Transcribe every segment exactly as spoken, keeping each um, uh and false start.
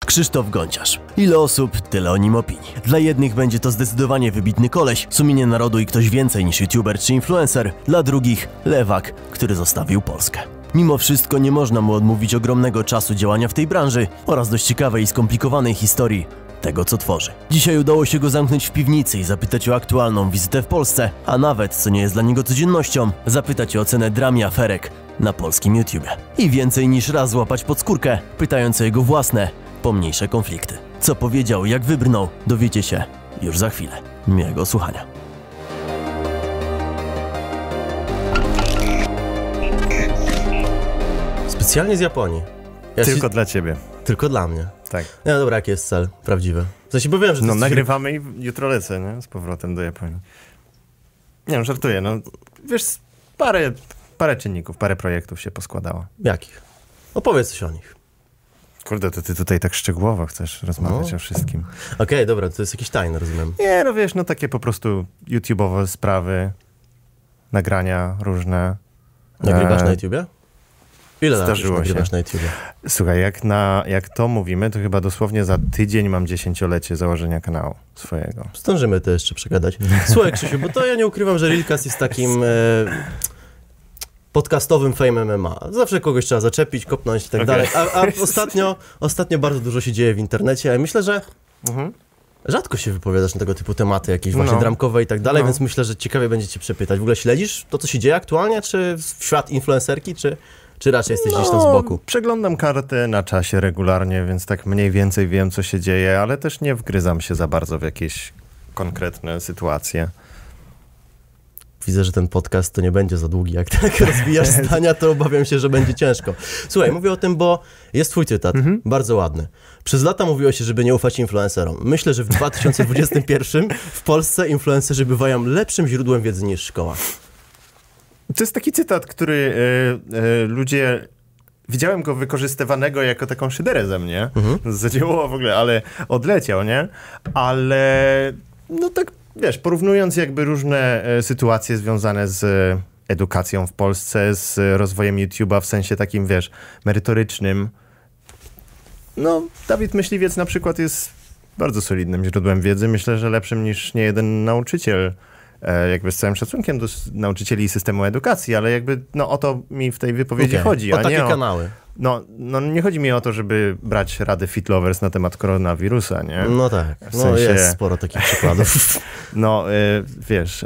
Krzysztof Gonciarz. Ile osób, tyle o nim opinii. Dla jednych będzie to zdecydowanie wybitny koleś, sumienie narodu i ktoś więcej niż youtuber czy influencer. Dla drugich lewak, który zostawił Polskę. Mimo wszystko nie można mu odmówić ogromnego czasu działania w tej branży oraz dość ciekawej i skomplikowanej historii tego, co tworzy. Dzisiaj udało się go zamknąć w piwnicy i zapytać o aktualną wizytę w Polsce, a nawet, co nie jest dla niego codziennością, zapytać o ocenę dram i aferek na polskim YouTubie. I więcej niż raz złapać pod skórkę, pytając o jego własne, pomniejsze konflikty. Co powiedział, jak wybrnął, dowiecie się już za chwilę. Miłego słuchania. Specjalnie z Japonii. Ja Tylko się... dla ciebie. Tylko dla mnie. Tak. No dobra, jaki jest cel prawdziwy? W sensie, bo wiem, że No jest nagrywamy coś... i jutro lecę, nie? Z powrotem do Japonii. Nie wiem, żartuję, no. Wiesz, parę, parę czynników, parę projektów się poskładało. Jakich? Opowiedz coś o nich. Kurde, to ty tutaj tak szczegółowo chcesz rozmawiać no. o wszystkim. Okej, okay, dobra, to jest jakieś tajne, rozumiem. Nie, no wiesz, no takie po prostu YouTube'owe sprawy, nagrania różne. Nagrywasz e... na YouTubie? Ile Zdarzyło się. Na YouTubie? Słuchaj, jak, na, jak to mówimy, to chyba dosłownie za tydzień mam dziesięciolecie założenia kanału swojego. Zdążymy to jeszcze przegadać. Słuchaj, Krzysiu, bo to ja nie ukrywam, że Reelcast jest takim e, podcastowym Fame M M A. Zawsze kogoś trzeba zaczepić, kopnąć i tak okay. dalej. A, a ostatnio, ostatnio bardzo dużo się dzieje w internecie, ale myślę, że mhm. rzadko się wypowiadasz na tego typu tematy, jakieś właśnie no. dramkowe i tak dalej, no. więc myślę, że ciekawie będzie cię przepytać. W ogóle śledzisz to, co się dzieje aktualnie, czy w świat influencerki, czy... Czy raczej jesteś no, gdzieś tam z boku? Przeglądam kartę na czasie regularnie, więc tak mniej więcej wiem, co się dzieje, ale też nie wgryzam się za bardzo w jakieś konkretne sytuacje. Widzę, że ten podcast to nie będzie za długi. Jak tak rozwijasz zdania, to obawiam się, że będzie ciężko. Słuchaj, mówię o tym, bo jest twój cytat, mhm. bardzo ładny. Przez lata mówiło się, żeby nie ufać influencerom. Myślę, że w dwa tysiące dwudziestym pierwszym w Polsce influencerzy bywają lepszym źródłem wiedzy niż szkoła. To jest taki cytat, który y, y, ludzie... Widziałem go wykorzystywanego jako taką szyderę ze mnie. Mhm. Zadziałało w ogóle, ale odleciał, nie? Ale no tak, wiesz, porównując jakby różne y, sytuacje związane z y, edukacją w Polsce, z y, rozwojem YouTube'a w sensie takim, wiesz, merytorycznym. No, Dawid Myśliwiec na przykład jest bardzo solidnym źródłem wiedzy. Myślę, że lepszym niż niejeden nauczyciel. Jakby z całym szacunkiem do nauczycieli systemu edukacji, ale jakby no o to mi w tej wypowiedzi okay. chodzi. O a takie nie o, kanały. No, no nie chodzi mi o to, żeby brać rady Fitlovers na temat koronawirusa, nie? No tak, w no sensie, jest sporo takich przykładów. No y, wiesz, y,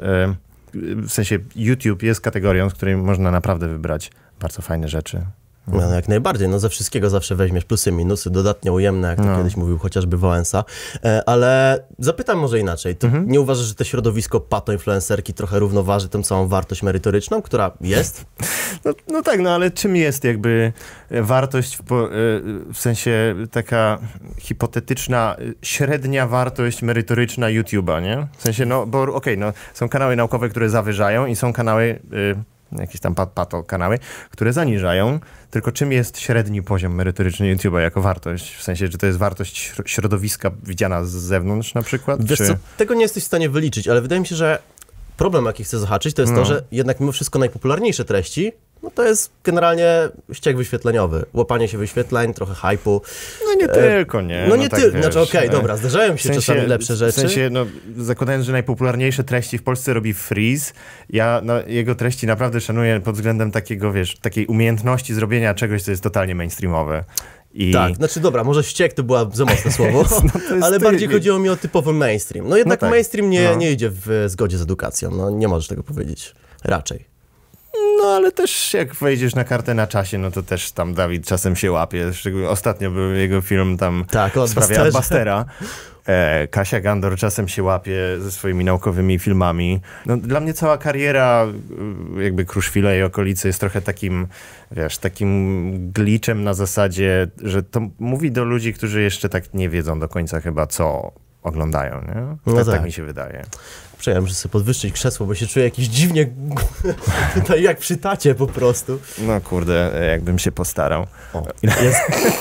w sensie YouTube jest kategorią, z której można naprawdę wybrać bardzo fajne rzeczy. No, no jak najbardziej, no ze wszystkiego zawsze weźmiesz plusy, minusy, dodatnie ujemne, jak to no. kiedyś mówił chociażby Wałęsa, e, ale zapytam może inaczej, to mhm. nie uważasz, że to środowisko pato-influencerki trochę równoważy tę całą wartość merytoryczną, która jest? No, no tak, no ale czym jest jakby wartość, w, po, w sensie taka hipotetyczna, średnia wartość merytoryczna YouTube'a, nie? W sensie, no bo okej, okay, no są kanały naukowe, które zawyżają i są kanały... Y, jakieś tam pato kanały, które zaniżają. Tylko czym jest średni poziom merytoryczny YouTube'a jako wartość? W sensie, czy to jest wartość środowiska widziana z zewnątrz na przykład? Wiesz czy... co, tego nie jesteś w stanie wyliczyć, ale wydaje mi się, że problem, jaki chcę zahaczyć, to jest no. to, że jednak mimo wszystko najpopularniejsze treści, no to jest generalnie ściek wyświetleniowy. Łapanie się wyświetleń, trochę hype'u. No nie e, tylko, nie? No, no nie tak tylko, znaczy okej, okay, dobra, zdarzają się w sensie, czasami lepsze rzeczy. W sensie, no zakładając, że najpopularniejsze treści w Polsce robi Freeze, ja no, jego treści naprawdę szanuję pod względem takiego, wiesz, takiej umiejętności zrobienia czegoś, co jest totalnie mainstreamowe. I... Tak, znaczy dobra, może ściek to było za mocne słowo, no ale ty... bardziej chodziło mi o typowy mainstream. No jednak no tak. mainstream nie, no. nie idzie w zgodzie z edukacją, no nie możesz tego powiedzieć, raczej. No ale też jak wejdziesz na kartę na czasie, no to też tam Dawid czasem się łapie. Szczególnie ostatnio był jego film tam tak, w sprawie Adbustera. E, Kasia Gandor czasem się łapie ze swoimi naukowymi filmami. No, dla mnie cała kariera jakby Kruszwila i okolicy jest trochę takim, wiesz, takim glitchem na zasadzie, że to mówi do ludzi, którzy jeszcze tak nie wiedzą do końca chyba, co oglądają, nie? No tak, tak. tak mi się wydaje. Ja muszę sobie podwyższyć krzesło, bo się czuję jakiś dziwnie tutaj jak przy tacie po prostu. No kurde, jakbym się postarał. O, jest...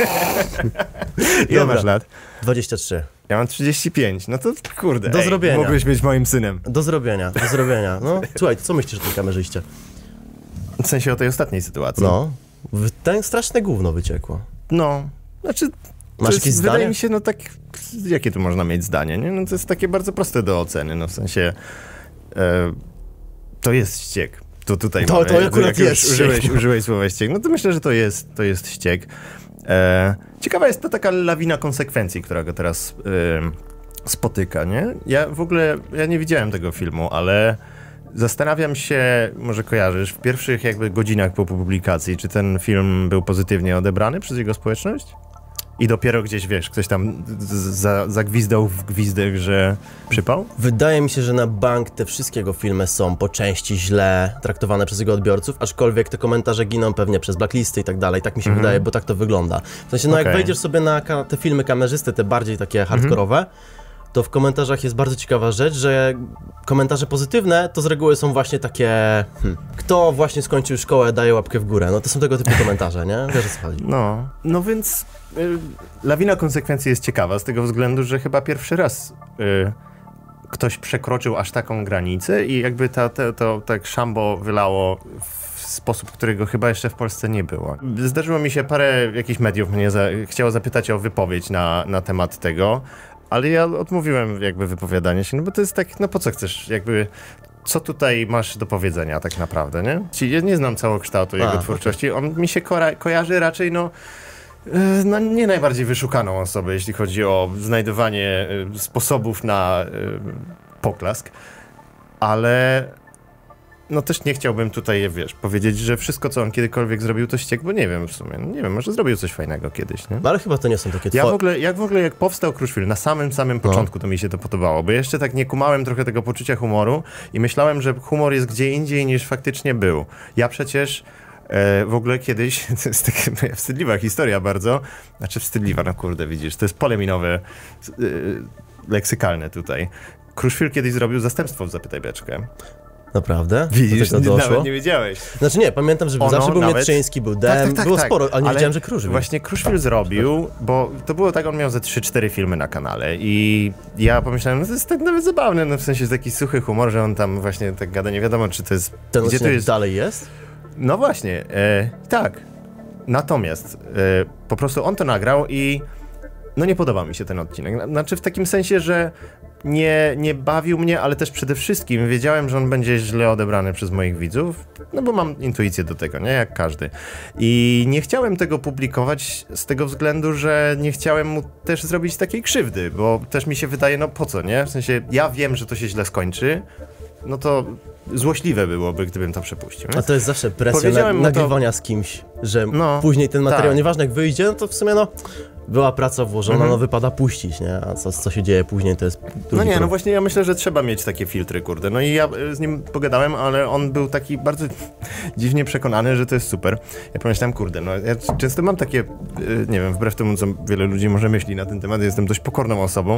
Ile masz lat? dwadzieścia trzy. Ja mam trzydzieści pięć, no to kurde, do ej, zrobienia. Mógłbyś być moim synem. Do zrobienia, do zrobienia. No, słuchaj, co myślisz o tym kamerzyście? W sensie o tej ostatniej sytuacji. No, ten straszne gówno wyciekło. No, znaczy... Masz jest, jakieś zdanie? Wydaje mi się, no tak, jakie tu można mieć zdanie, nie? No to jest takie bardzo proste do oceny, no w sensie e, to jest ściek. To tutaj to, mamy, to akurat jak jest użyłeś, ściek. użyłeś słowa ściek, no to myślę, że to jest, to jest ściek. E, ciekawa jest to taka lawina konsekwencji, która go teraz e, spotyka, nie? Ja w ogóle, ja nie widziałem tego filmu, ale zastanawiam się, może kojarzysz, w pierwszych jakby godzinach po publikacji, czy ten film był pozytywnie odebrany przez jego społeczność? I dopiero gdzieś, wiesz, ktoś tam za, zagwizdał w gwizdek, że przypał? Wydaje mi się, że na bank te wszystkie jego filmy są po części źle traktowane przez jego odbiorców, aczkolwiek te komentarze giną pewnie przez blacklisty i tak dalej. Tak mi się Mhm. wydaje, bo tak to wygląda. W sensie, no Okej. jak wejdziesz sobie na ka- te filmy kamerzysty, te bardziej takie hardkorowe, to w komentarzach jest bardzo ciekawa rzecz, że komentarze pozytywne to z reguły są właśnie takie hmm, kto właśnie skończył szkołę, daje łapkę w górę. No to są tego typu komentarze, nie? Wiesz, o co chodzi. No, no więc y, lawina konsekwencji jest ciekawa z tego względu, że chyba pierwszy raz y, ktoś przekroczył aż taką granicę i jakby ta, ta, to tak szambo wylało w sposób, którego chyba jeszcze w Polsce nie było. Zdarzyło mi się, parę jakichś mediów mnie za, chciało zapytać o wypowiedź na, na temat tego, ale ja odmówiłem jakby wypowiadanie się, no bo to jest tak, no po co chcesz jakby... Co tutaj masz do powiedzenia tak naprawdę, nie? Czyli ja nie znam całokształtu jego A, twórczości. On mi się kora- kojarzy raczej, no, yy, no, nie najbardziej wyszukaną osobę, jeśli chodzi o znajdowanie yy, sposobów na yy, poklask, ale no też nie chciałbym tutaj, wiesz, powiedzieć, że wszystko, co on kiedykolwiek zrobił, to ściek, bo nie wiem w sumie, no, nie wiem, może zrobił coś fajnego kiedyś, nie? No, ale chyba to nie są takie Ja w twoje... ogóle, jak w ogóle jak powstał Kruszwil, na samym, samym No. początku to mi się to podobało, bo jeszcze tak nie kumałem trochę tego poczucia humoru i myślałem, że humor jest gdzie indziej niż faktycznie był. Ja przecież e, w ogóle kiedyś, to jest taka moja wstydliwa historia bardzo, znaczy wstydliwa, no kurde, widzisz, to jest pole minowe, e, leksykalne tutaj. Kruszwil kiedyś zrobił zastępstwo w Zapytaj Beczkę. Naprawdę? Widzisz, do tego doszło? nawet nie wiedziałeś. Znaczy nie, pamiętam, że Ono zawsze był nawet- Mietrzyński, był Dem, Tak, tak, tak, było tak. sporo, ale nie Ale wiedziałem, że Kruszwil. Właśnie Kruszwil zrobił, bo to było tak, on miał ze trzy cztery filmy na kanale i ja pomyślałem, no to jest tak nawet zabawne, no w sensie taki suchy humor, że on tam właśnie tak gada, nie wiadomo czy to jest... Ten gdzie to odcinek jest? dalej jest? No właśnie, e, tak. Natomiast e, po prostu on to nagrał i no nie podoba mi się ten odcinek. Znaczy w takim sensie, że nie, nie bawił mnie, ale też przede wszystkim wiedziałem, że on będzie źle odebrany przez moich widzów, no bo mam intuicję do tego, nie? Jak każdy. I nie chciałem tego publikować z tego względu, że nie chciałem mu też zrobić takiej krzywdy, bo też mi się wydaje, no po co, nie? W sensie, ja wiem, że to się źle skończy, no to złośliwe byłoby, gdybym to przepuścił. A to jest zawsze presja na, Powiedziałem mu to- nagrywania z kimś, że No, później ten materiał, tak. nieważne jak wyjdzie, no to w sumie no była praca włożona, Mhm. no wypada puścić, nie? A co, co się dzieje później, to jest drugi No nie, no problem. właśnie ja myślę, że trzeba mieć takie filtry, kurde. No i ja y, z nim pogadałem, ale on był taki bardzo dziwnie przekonany, że to jest super. Ja pomyślałem, kurde, no ja c- często mam takie, y, nie wiem, wbrew temu, co wiele ludzi może myśli na ten temat, jestem dość pokorną osobą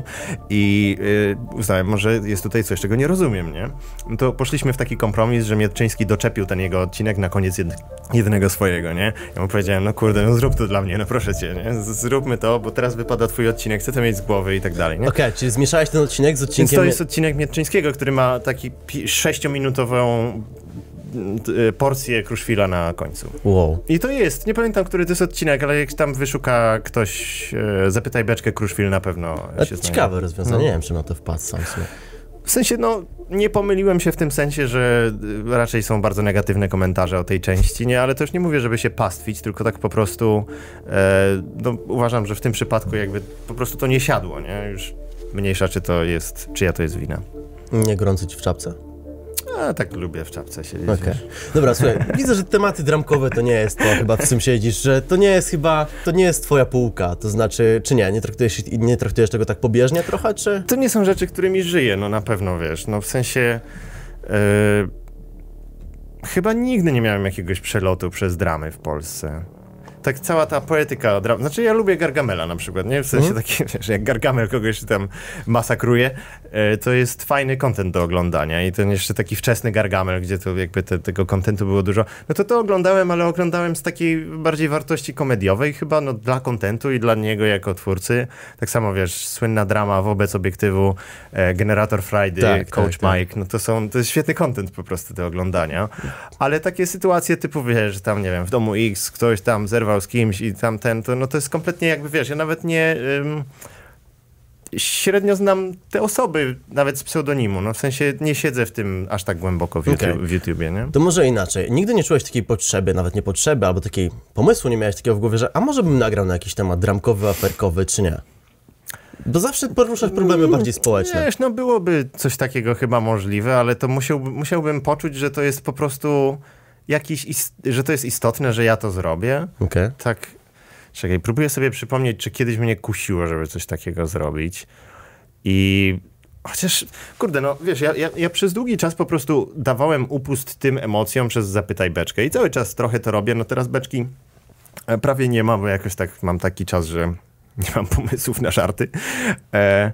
i y, uznałem, może jest tutaj coś, czego nie rozumiem, nie? No to poszliśmy w taki kompromis, że Mietrzyński doczepił ten jego odcinek na koniec jed jednego swojego, nie? Ja mu powiedziałem, no kurde, no zrób to dla mnie, no proszę cię, nie? Z zróbmy to, bo teraz wypada twój odcinek, chcę to mieć z głowy i tak dalej, nie? Okej, czyli zmieszałeś ten odcinek z Więc odcinkiem... to jest odcinek Mietrzyńskiego, który ma taki pi- sześciominutową y, porcję Kruszwila na końcu. Wow. I to jest, nie pamiętam, który to jest odcinek, ale jak tam wyszuka ktoś, e, Zapytaj Beczkę, Kruszwil na pewno A się ciekawe znajdzie. rozwiązanie, No. nie wiem, czy na to wpadł sam w sumie. W sensie, no, nie pomyliłem się w tym sensie, że y, raczej są bardzo negatywne komentarze o tej części, nie, ale to już nie mówię, żeby się pastwić, tylko tak po prostu, e, no, uważam, że w tym przypadku jakby po prostu to nie siadło, nie, już mniejsza, czy to jest, czyja to jest wina. Nie gorąco ci w czapce. A tak lubię w czapce siedzieć. Okej. wiesz. Dobra, słuchaj, widzę, że tematy dramkowe to nie jest to chyba, w czym siedzisz, że to nie jest chyba, to nie jest twoja półka, to znaczy, czy nie, nie traktujesz, nie traktujesz tego tak pobieżnie trochę, czy... To nie są rzeczy, którymi żyję, no na pewno, wiesz, no w sensie... Yy, chyba nigdy nie miałem jakiegoś przelotu przez dramy w Polsce. Tak cała ta poetyka dram... Znaczy ja lubię Gargamela na przykład, nie? W sensie Mhm. taki, wiesz, jak Gargamel kogoś tam masakruje, e, to jest fajny content do oglądania i ten jeszcze taki wczesny Gargamel, gdzie to jakby te, tego contentu było dużo, no to to oglądałem, ale oglądałem z takiej bardziej wartości komediowej chyba, no dla contentu i dla niego jako twórcy. Tak samo, wiesz, słynna drama wobec obiektywu, e, Generator Friday, Tak, Coach tak, tak. Mike, no to są, to jest świetny content po prostu do oglądania, ale takie sytuacje typu, wiesz, tam nie wiem, w domu X ktoś tam zerwał współpracował z kimś i tamten, to, no to jest kompletnie jakby, wiesz, ja nawet nie... Ym, średnio znam te osoby, nawet z pseudonimu, no w sensie nie siedzę w tym aż tak głęboko w, YouTube, okay. w YouTubie, nie? To może inaczej. Nigdy nie czułeś takiej potrzeby, nawet nie potrzeby, albo takiej pomysłu nie miałeś takiego w głowie, że a może bym nagrał na jakiś temat dramkowy, aferkowy, czy nie? Bo zawsze poruszasz problemy bardziej społeczne. Wiesz, no byłoby coś takiego chyba możliwe, ale to musiałby, musiałbym poczuć, że to jest po prostu jakiś, ist- że to jest istotne, że ja to zrobię. Okay. Tak, czekaj, próbuję sobie przypomnieć, czy kiedyś mnie kusiło, żeby coś takiego zrobić. I chociaż, kurde, no wiesz, ja, ja, ja przez długi czas po prostu dawałem upust tym emocjom przez Zapytaj Beczkę i cały czas trochę to robię. No teraz Beczki prawie nie ma, bo jakoś tak mam taki czas, że nie mam pomysłów na żarty. E,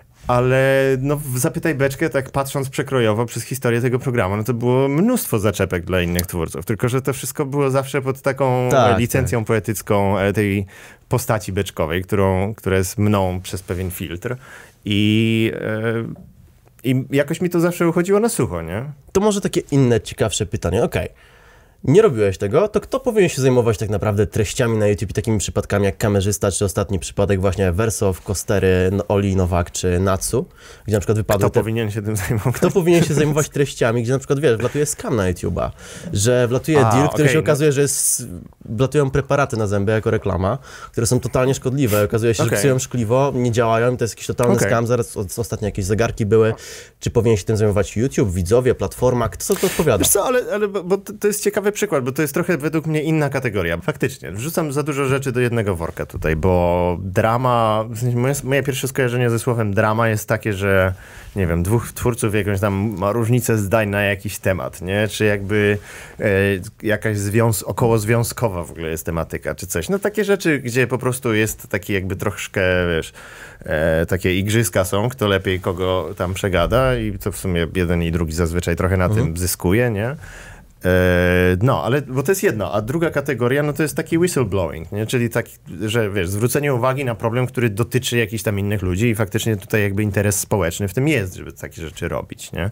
ale no w Zapytaj Beczkę, tak patrząc przekrojowo przez historię tego programu, no to było mnóstwo zaczepek dla innych twórców. Tylko że to wszystko było zawsze pod taką tak, licencją tak. poetycką tej postaci beczkowej, którą, która jest mną przez pewien filtr. I, e, I jakoś mi to zawsze uchodziło na sucho, nie? To może takie inne, ciekawsze pytanie. Okej. Okay. Nie robiłeś tego, to kto powinien się zajmować tak naprawdę treściami na YouTube i takimi przypadkami jak kamerzysta, czy ostatni przypadek właśnie Wersow, Kostery, Oli Nowak, czy Natsu, gdzie na przykład wypadły... Kto te... powinien się tym zajmować? Kto powinien się zajmować treściami, gdzie na przykład, wiesz, wlatuje skam na YouTube'a, że wlatuje A, deal, który okay, się okazuje, no. że jest... wlatują preparaty na zęby jako reklama, które są totalnie szkodliwe. Okazuje się, okay. że psują szkliwo, nie działają, to jest jakiś totalny okay. skam. Zaraz ostatnio jakieś zegarki były. Czy powinien się tym zajmować YouTube, widzowie, platforma? Kto to odpowiada? Wiesz co, ale, ale bo to jest ciekawy przykład, bo to jest trochę według mnie inna kategoria. Faktycznie, wrzucam za dużo rzeczy do jednego worka tutaj, bo drama, w sensie moje, moje pierwsze skojarzenie ze słowem drama jest takie, że nie wiem, dwóch twórców jakąś tam ma różnicę zdań na jakiś temat, nie? Czy jakby e, jakaś związ- okołozwiązkowa w ogóle jest tematyka, czy coś. No takie rzeczy, gdzie po prostu jest taki jakby troszkę, wiesz, e, takie igrzyska są, kto lepiej kogo tam przegada i to w sumie jeden i drugi zazwyczaj trochę na mhm. tym zyskuje, nie? No, ale, bo to jest jedno, a druga kategoria, no to jest taki whistleblowing, nie? Czyli tak, że wiesz, zwrócenie uwagi na problem, który dotyczy jakichś tam innych ludzi i faktycznie tutaj jakby interes społeczny w tym jest, żeby takie rzeczy robić, nie?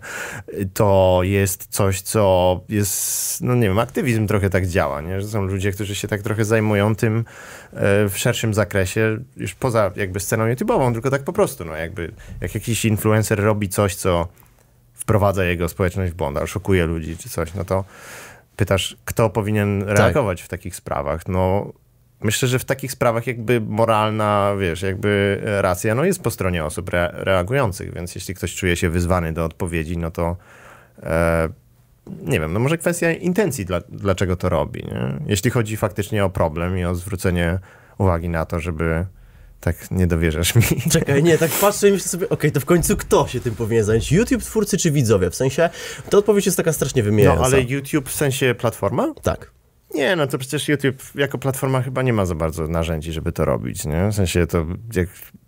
To jest coś, co jest, no nie wiem, aktywizm trochę tak działa, nie? Że są ludzie, którzy się tak trochę zajmują tym w szerszym zakresie, już poza jakby sceną YouTube'ową, tylko tak po prostu, no jakby, jak jakiś influencer robi coś, co wprowadza jego społeczność w błąd, oszukuje ludzi czy coś, no to pytasz, kto powinien reagować tak. w takich sprawach? No myślę, że w takich sprawach jakby moralna, wiesz, jakby racja, no jest po stronie osób re- reagujących, więc jeśli ktoś czuje się wyzwany do odpowiedzi, no to e, nie wiem, no może kwestia intencji, dla, dlaczego to robi, nie? Jeśli chodzi faktycznie o problem i o zwrócenie uwagi na to, żeby tak nie dowierzasz mi. Czekaj, nie, tak patrzę i myślę sobie, okej, okay, to w końcu kto się tym powinien zająć? YouTube, twórcy czy widzowie? W sensie, ta odpowiedź jest taka strasznie wymijająca. No, ale YouTube w sensie platforma? Tak. Nie, no to przecież YouTube jako platforma chyba nie ma za bardzo narzędzi, żeby to robić, nie? W sensie to, jak,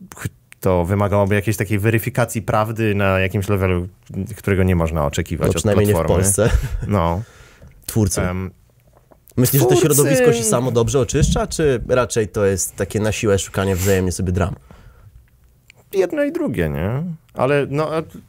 to wymagałoby jakiejś takiej weryfikacji prawdy na jakimś levelu, którego nie można oczekiwać no, od platformy. Przynajmniej nie w Polsce. No. Twórcy. Um, Myślisz, Twórcy... że to środowisko się samo dobrze oczyszcza, czy raczej to jest takie na siłę szukanie wzajemnie sobie dram? Jedno i drugie, nie? Ale no,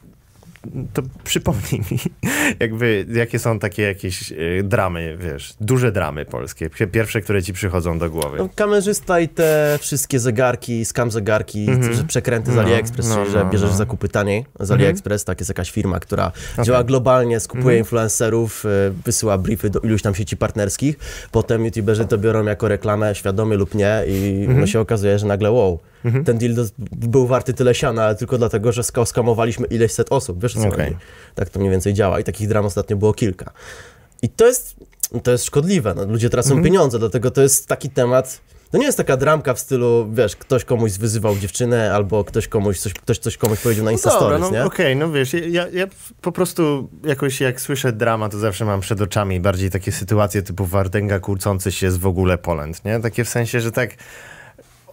to przypomnij mi, jakby, jakie są takie jakieś y, dramy, wiesz, duże dramy polskie, pierwsze, które ci przychodzą do głowy. No, kamerzysta i te wszystkie zegarki, scam zegarki, mm-hmm. przekręty z AliExpress, no, czyli że bierzesz no. zakupy taniej z AliExpress, mm-hmm. tak jest jakaś firma, która okay. działa globalnie, skupuje mm-hmm. influencerów, y, wysyła briefy do iluś tam sieci partnerskich, potem youtuberzy to biorą jako reklamę, świadomie lub nie i mm-hmm. no się okazuje, że nagle wow, mm-hmm. ten deal do, był warty tyle siana, ale tylko dlatego, że skamowaliśmy ileś set osób, wiesz co okay. chodzi? Tak to mniej więcej działa i takich dram ostatnio było kilka. I to jest, to jest szkodliwe, no, ludzie tracą mm-hmm. pieniądze, dlatego to jest taki temat, to nie jest taka dramka w stylu, wiesz, ktoś komuś wyzywał dziewczynę, albo ktoś komuś coś, ktoś coś komuś powiedział na Insta no Stories, dobra, no, nie? Okej, okay, no wiesz, ja, ja po prostu jakoś jak słyszę drama, to zawsze mam przed oczami bardziej takie sytuacje typu Wardęga kłócący się z w ogóle Poland, nie? Takie w sensie, że tak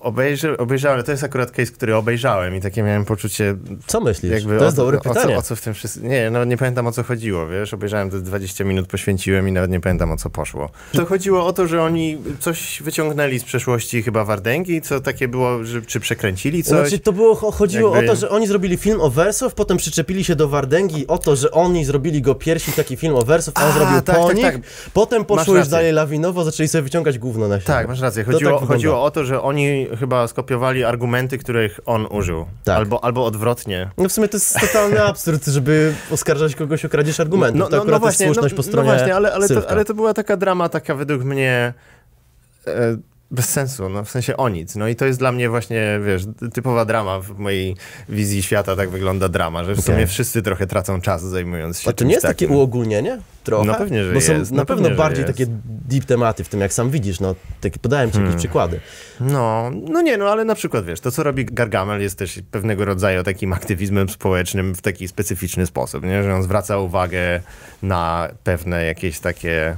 obejrzy, obejrzałem, to jest akurat case, który obejrzałem i takie miałem poczucie... Co myślisz? Jakby to jest o, dobre o, pytanie. O co, o co w tym wszystkim... Nie, no nie pamiętam o co chodziło, wiesz, obejrzałem to dwadzieścia minut, poświęciłem i nawet nie pamiętam o co poszło. To chodziło o to, że oni coś wyciągnęli z przeszłości chyba Wardęgi, co takie było, że, czy przekręcili coś. Znaczy to było, chodziło jakby... o to, że oni zrobili film o Wersow, potem przyczepili się do Wardęgi o to, że oni zrobili go pierwsi taki film o Wersow, a on A, zrobił tak, po tak, nich, tak. potem poszło Masz już rację. dalej lawinowo, zaczęli sobie wyciągać gówno na siebie. Tak, masz rację. To Chodziło, tak chodziło o to, że oni chyba skopiowali argumenty, których on użył. Tak. Albo, albo odwrotnie. No w sumie to jest totalny absurd, żeby oskarżać kogoś o kradzież argumentów. No, to no, akurat no właśnie, jest słuszność no, po stronie no właśnie, ale, ale, to, Sylwka. ale to była taka drama, taka według mnie e, bez sensu, no w sensie o nic. No i to jest dla mnie właśnie, wiesz, typowa drama w mojej wizji świata, tak wygląda drama, że w Okay. sumie wszyscy trochę tracą czas zajmując się A to nie jest takie takim. uogólnienie? Trochę? No pewnie, że Bo są jest. na No pewno pewnie, że bardziej jest. takie deep tematy w tym, jak sam widzisz, no takie, podałem ci Hmm. jakieś przykłady. No, no nie, no ale na przykład, wiesz, to co robi Gargamel jest też pewnego rodzaju takim aktywizmem społecznym w taki specyficzny sposób, nie? Że on zwraca uwagę na pewne jakieś takie,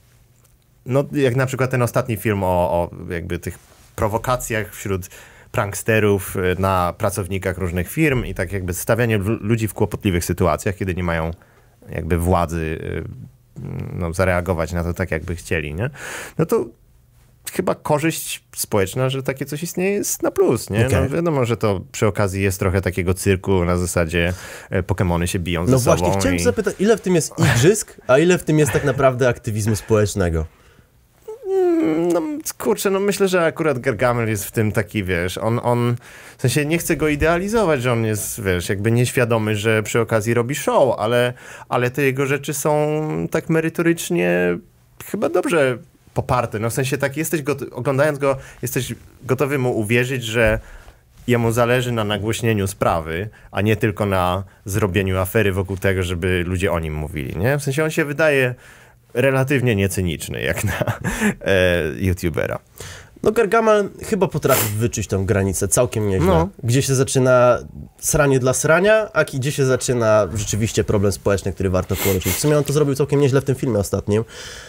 no jak na przykład ten ostatni film o, o jakby tych prowokacjach wśród pranksterów na pracownikach różnych firm i tak jakby stawianie lu- ludzi w kłopotliwych sytuacjach, kiedy nie mają jakby władzy no, zareagować na to tak, jakby chcieli, nie? No to chyba korzyść społeczna, że takie coś istnieje, jest na plus, nie? Okay. No wiadomo, że to przy okazji jest trochę takiego cyrku na zasadzie e, Pokemony się biją No ze sobą. właśnie, chciałem i... i... zapytać, ile w tym jest igrzysk, a ile w tym jest tak naprawdę aktywizmu społecznego? No kurczę, no myślę, że akurat Gargamel jest w tym taki, wiesz, on, on, w sensie nie chcę go idealizować, że on jest, wiesz, jakby nieświadomy, że przy okazji robi show, ale, ale te jego rzeczy są tak merytorycznie chyba dobrze poparte, no w sensie tak jesteś, got- oglądając go, jesteś gotowy mu uwierzyć, że jemu zależy na nagłośnieniu sprawy, a nie tylko na zrobieniu afery wokół tego, żeby ludzie o nim mówili, nie? W sensie on się wydaje relatywnie niecyniczny, jak na e, youtubera. No Gargamel chyba potrafi wyczuć tą granicę całkiem nieźle. No. Gdzie się zaczyna sranie dla srania, a gdzie się zaczyna rzeczywiście problem społeczny, który warto poruszyć. W sumie on to zrobił całkiem nieźle w tym filmie ostatnim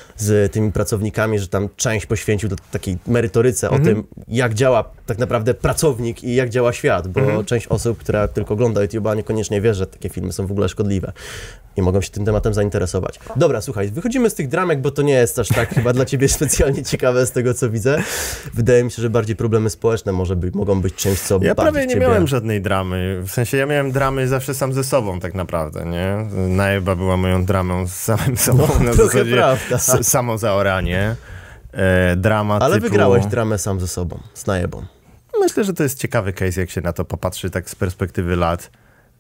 z tymi pracownikami, że tam część poświęcił do takiej merytoryce Mhm. o tym, jak działa tak naprawdę pracownik i jak działa świat, bo Mhm. część osób, która tylko ogląda YouTube'a, niekoniecznie wie, że takie filmy są w ogóle szkodliwe i mogą się tym tematem zainteresować. Dobra, słuchaj, wychodzimy z tych dramek, bo to nie jest aż tak chyba dla ciebie specjalnie ciekawe z tego, co widzę. Wydaje mi się, że bardziej problemy społeczne może by, mogą być czymś, co Ja bardziej prawie nie ciebie... miałem żadnej dramy. W sensie ja miałem dramy zawsze sam ze sobą tak naprawdę, nie? Najeba była moją dramą z samym sobą No, na trochę zasadzie prawda. s- samo zaoranie. E, drama Ale typu... wygrałeś dramę sam ze sobą, z najebą. Myślę, że to jest ciekawy case, jak się na to popatrzy tak z perspektywy lat,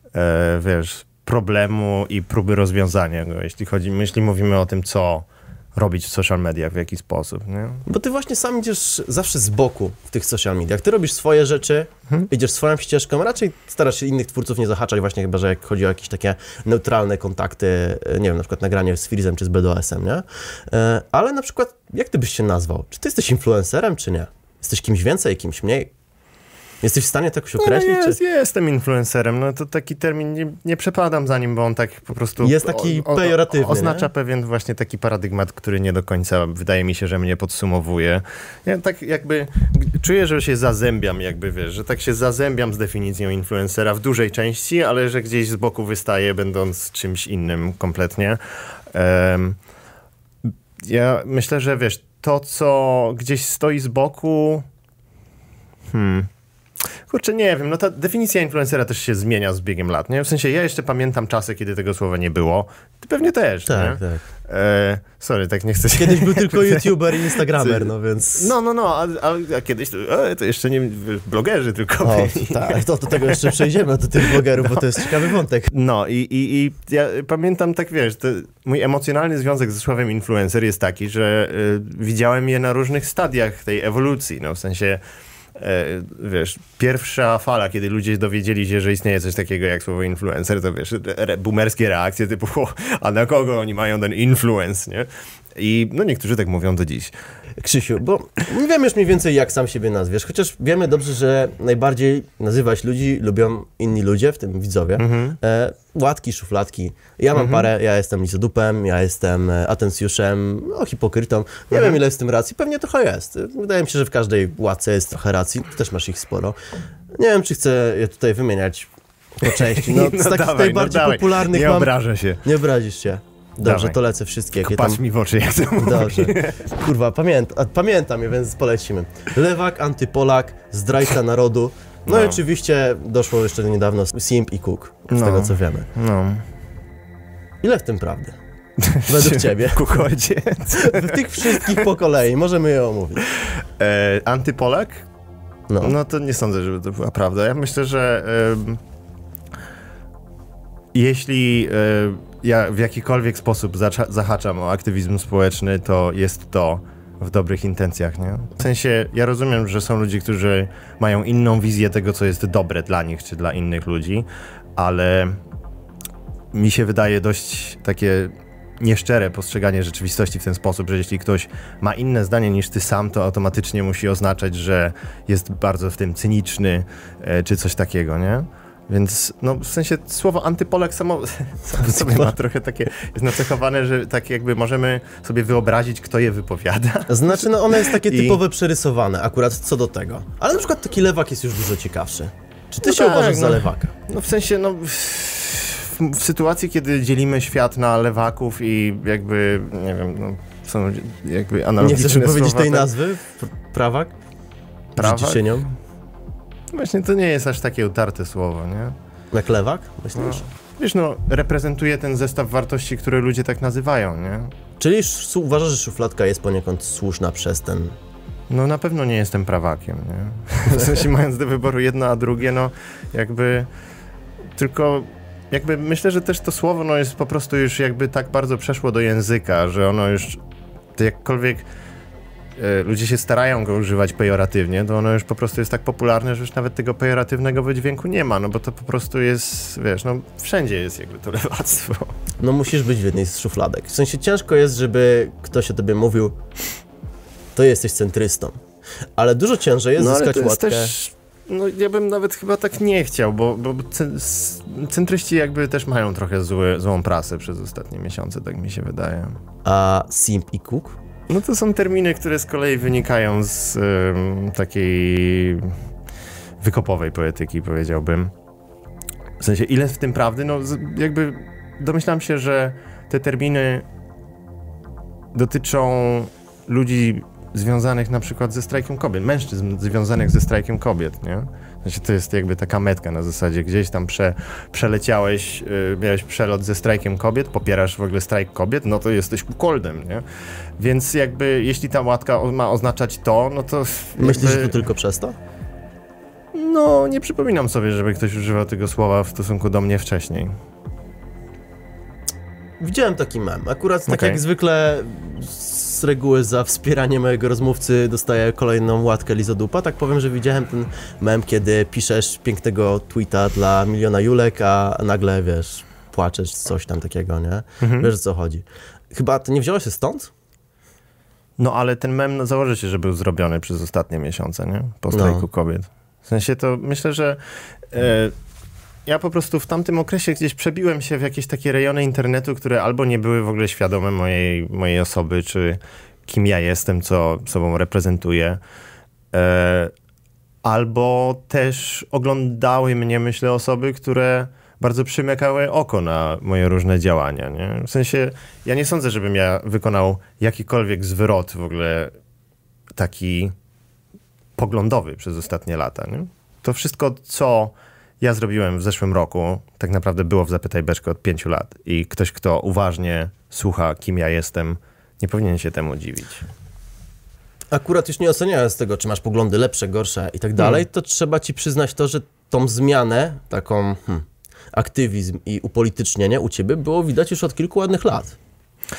e, wiesz, problemu i próby rozwiązania go, jeśli chodzi, jeśli mówimy o tym, co robić w social mediach, w jaki sposób, nie? Bo ty właśnie sam idziesz zawsze z boku w tych social mediach. Ty robisz swoje rzeczy, Mhm. idziesz swoją ścieżką, raczej starasz się innych twórców nie zahaczać, właśnie chyba, że jak chodzi o jakieś takie neutralne kontakty, nie wiem, na przykład nagranie z Freezem czy z B D O S-em, nie? E, Ale na przykład, jak ty byś się nazwał? Czy ty jesteś influencerem, czy nie? Jesteś kimś więcej, kimś mniej? Jesteś w stanie to jakoś określić? No jest, czy... jestem influencerem, no to taki termin, nie, nie przepadam za nim, bo on tak po prostu... Jest taki pejoratywny, Oznacza nie? pewien właśnie taki paradygmat, który nie do końca, wydaje mi się, że mnie podsumowuje. Ja tak jakby czuję, że się zazębiam, jakby wiesz, że tak się zazębiam z definicją influencera w dużej części, ale że gdzieś z boku wystaje, będąc czymś innym kompletnie. Um, ja myślę, że wiesz, to co gdzieś stoi z boku... Hmm... Kurczę, nie wiem, no ta definicja influencera też się zmienia z biegiem lat, nie? W sensie ja jeszcze pamiętam czasy, kiedy tego słowa nie było. Ty pewnie też, Tak, nie? tak. E, sorry, tak nie chcę się... Kiedyś był tylko YouTuber i Instagramer, no więc... No, no, no, a, a, a kiedyś to, e, to jeszcze nie blogerzy tylko O, byli. tak, to do tego jeszcze przejdziemy, do tych blogerów, bo to jest ciekawy wątek. No i, i, i ja pamiętam tak, wiesz, to mój emocjonalny związek ze słowem influencer jest taki, że y, widziałem je na różnych stadiach tej ewolucji, no w sensie... wiesz, pierwsza fala, kiedy ludzie dowiedzieli się, że istnieje coś takiego jak słowo influencer, to wiesz, re, boomerskie reakcje typu, a na kogo oni mają ten influence, nie? I no niektórzy tak mówią do dziś. Krzysiu, bo nie wiem już mniej więcej, jak sam siebie nazwiesz, chociaż wiemy dobrze, że najbardziej nazywać ludzi lubią inni ludzie, w tym widzowie. Mhm. E, łatki, szufladki. Ja mam mhm. parę, ja jestem lizodupem, ja jestem atencjuszem, no hipokrytą. Nie mhm. wiem, ile jest w tym racji, pewnie trochę jest. Wydaje mi się, że w każdej łatce jest trochę racji, ty też masz ich sporo. Nie wiem, czy chcę je tutaj wymieniać po części. No, z no takich dawaj, najbardziej no popularnych nie mam... obrażę się. Nie obrazisz się. Dobrze, dawaj. To lecę wszystkie. Jakie patrz tam... mi w oczy, jak to mówi. Dobrze. Kurwa, pamięta, pamiętam je, więc polecimy. Lewak, antypolak, zdrajca narodu. No, no i oczywiście doszło jeszcze niedawno Simp i Cook, z no. tego co wiemy. No. Ile w tym prawdy? Według ciebie. Kukodzie. W tych wszystkich po kolei, możemy je omówić. E, antypolak? No. no to nie sądzę, żeby to była prawda. Ja myślę, że e, jeśli e, ja w jakikolwiek sposób zahaczam o aktywizm społeczny, to jest to w dobrych intencjach, nie? W sensie, ja rozumiem, że są ludzie, którzy mają inną wizję tego, co jest dobre dla nich, czy dla innych ludzi, ale mi się wydaje dość takie nieszczere postrzeganie rzeczywistości w ten sposób, że jeśli ktoś ma inne zdanie niż ty sam, to automatycznie musi oznaczać, że jest bardzo w tym cyniczny, czy coś takiego, nie? Więc, no, w sensie słowo antypolak samo, samo sobie ma trochę takie, jest nacechowane, że tak jakby możemy sobie wyobrazić, kto je wypowiada. Znaczy, no one jest takie I... typowe przerysowane akurat co do tego. Ale na przykład taki lewak jest już dużo ciekawszy. Czy ty no się tak, uważasz no, za lewaka? No w sensie, no... W, w sytuacji, kiedy dzielimy świat na lewaków i jakby, nie wiem, no, są jakby analogiczne. Nie chcesz powiedzieć tej tak? nazwy? Prawak? Prawak? Życienią? Właśnie to nie jest aż takie utarte słowo, nie? Jak lewak? Myślisz? No, wiesz, no, reprezentuje ten zestaw wartości, które ludzie tak nazywają, nie? Czyli uważasz, że szufladka jest poniekąd słuszna przez ten... No na pewno nie jestem prawakiem, nie? W sensie mając do wyboru jedno, a drugie, no jakby tylko... Jakby myślę, że też to słowo no, jest po prostu już jakby tak bardzo przeszło do języka, że ono już, to jakkolwiek e, ludzie się starają go używać pejoratywnie, to ono już po prostu jest tak popularne, że już nawet tego pejoratywnego wydźwięku nie ma, no bo to po prostu jest, wiesz, no wszędzie jest jakby to lewactwo. No musisz być w jednej z szufladek. W sensie ciężko jest, żeby ktoś o tobie mówił, to jesteś centrystą, ale dużo ciężej jest no, zyskać ale to łatkę. Jest też... No ja bym nawet chyba tak nie chciał, bo, bo centryści jakby też mają trochę zły, złą prasę przez ostatnie miesiące, tak mi się wydaje. A Simp i Cook? No to są terminy, które z kolei wynikają z um, takiej wykopowej poetyki, powiedziałbym. W sensie, ile w tym prawdy? No jakby domyślam się, że te terminy dotyczą ludzi związanych na przykład ze strajkiem kobiet, mężczyzn związanych ze strajkiem kobiet, nie? Znaczy to jest jakby taka metka na zasadzie, gdzieś tam prze, przeleciałeś, yy, miałeś przelot ze strajkiem kobiet, popierasz w ogóle strajk kobiet, no to jesteś kukoldem, nie? Więc jakby, jeśli ta łatka ma oznaczać to, no to... Myślisz, jakby... że to tylko przez to? No, nie przypominam sobie, żeby ktoś używał tego słowa w stosunku do mnie wcześniej. Widziałem taki mem. Akurat tak okay. jak zwykle z reguły za wspieranie mojego rozmówcy dostaję kolejną łatkę lizodupa. Tak powiem, że widziałem ten mem, kiedy piszesz pięknego tweeta dla miliona Julek, a nagle, wiesz, płaczesz, coś tam takiego, nie? Mhm. Wiesz, o co chodzi. Chyba to nie wzięło się stąd? No, ale ten mem, no, założę się, że był zrobiony przez ostatnie miesiące, nie? Po strajku no. kobiet. W sensie to myślę, że... E, Ja po prostu w tamtym okresie gdzieś przebiłem się w jakieś takie rejony internetu, które albo nie były w ogóle świadome mojej, mojej osoby, czy kim ja jestem, co sobą reprezentuję, e, albo też oglądały mnie, myślę, osoby, które bardzo przymykały oko na moje różne działania, nie? W sensie, ja nie sądzę, żebym ja wykonał jakikolwiek zwrot w ogóle taki poglądowy przez ostatnie lata, nie? To wszystko, co ja zrobiłem w zeszłym roku, tak naprawdę było w Zapytaj Beczkę od pięciu lat i ktoś, kto uważnie słucha, kim ja jestem, nie powinien się temu dziwić. Akurat już nie oceniając tego, czy masz poglądy lepsze, gorsze i tak dalej, hmm. to trzeba ci przyznać to, że tą zmianę, taką hmm, aktywizm i upolitycznienie u ciebie było widać już od kilku ładnych lat.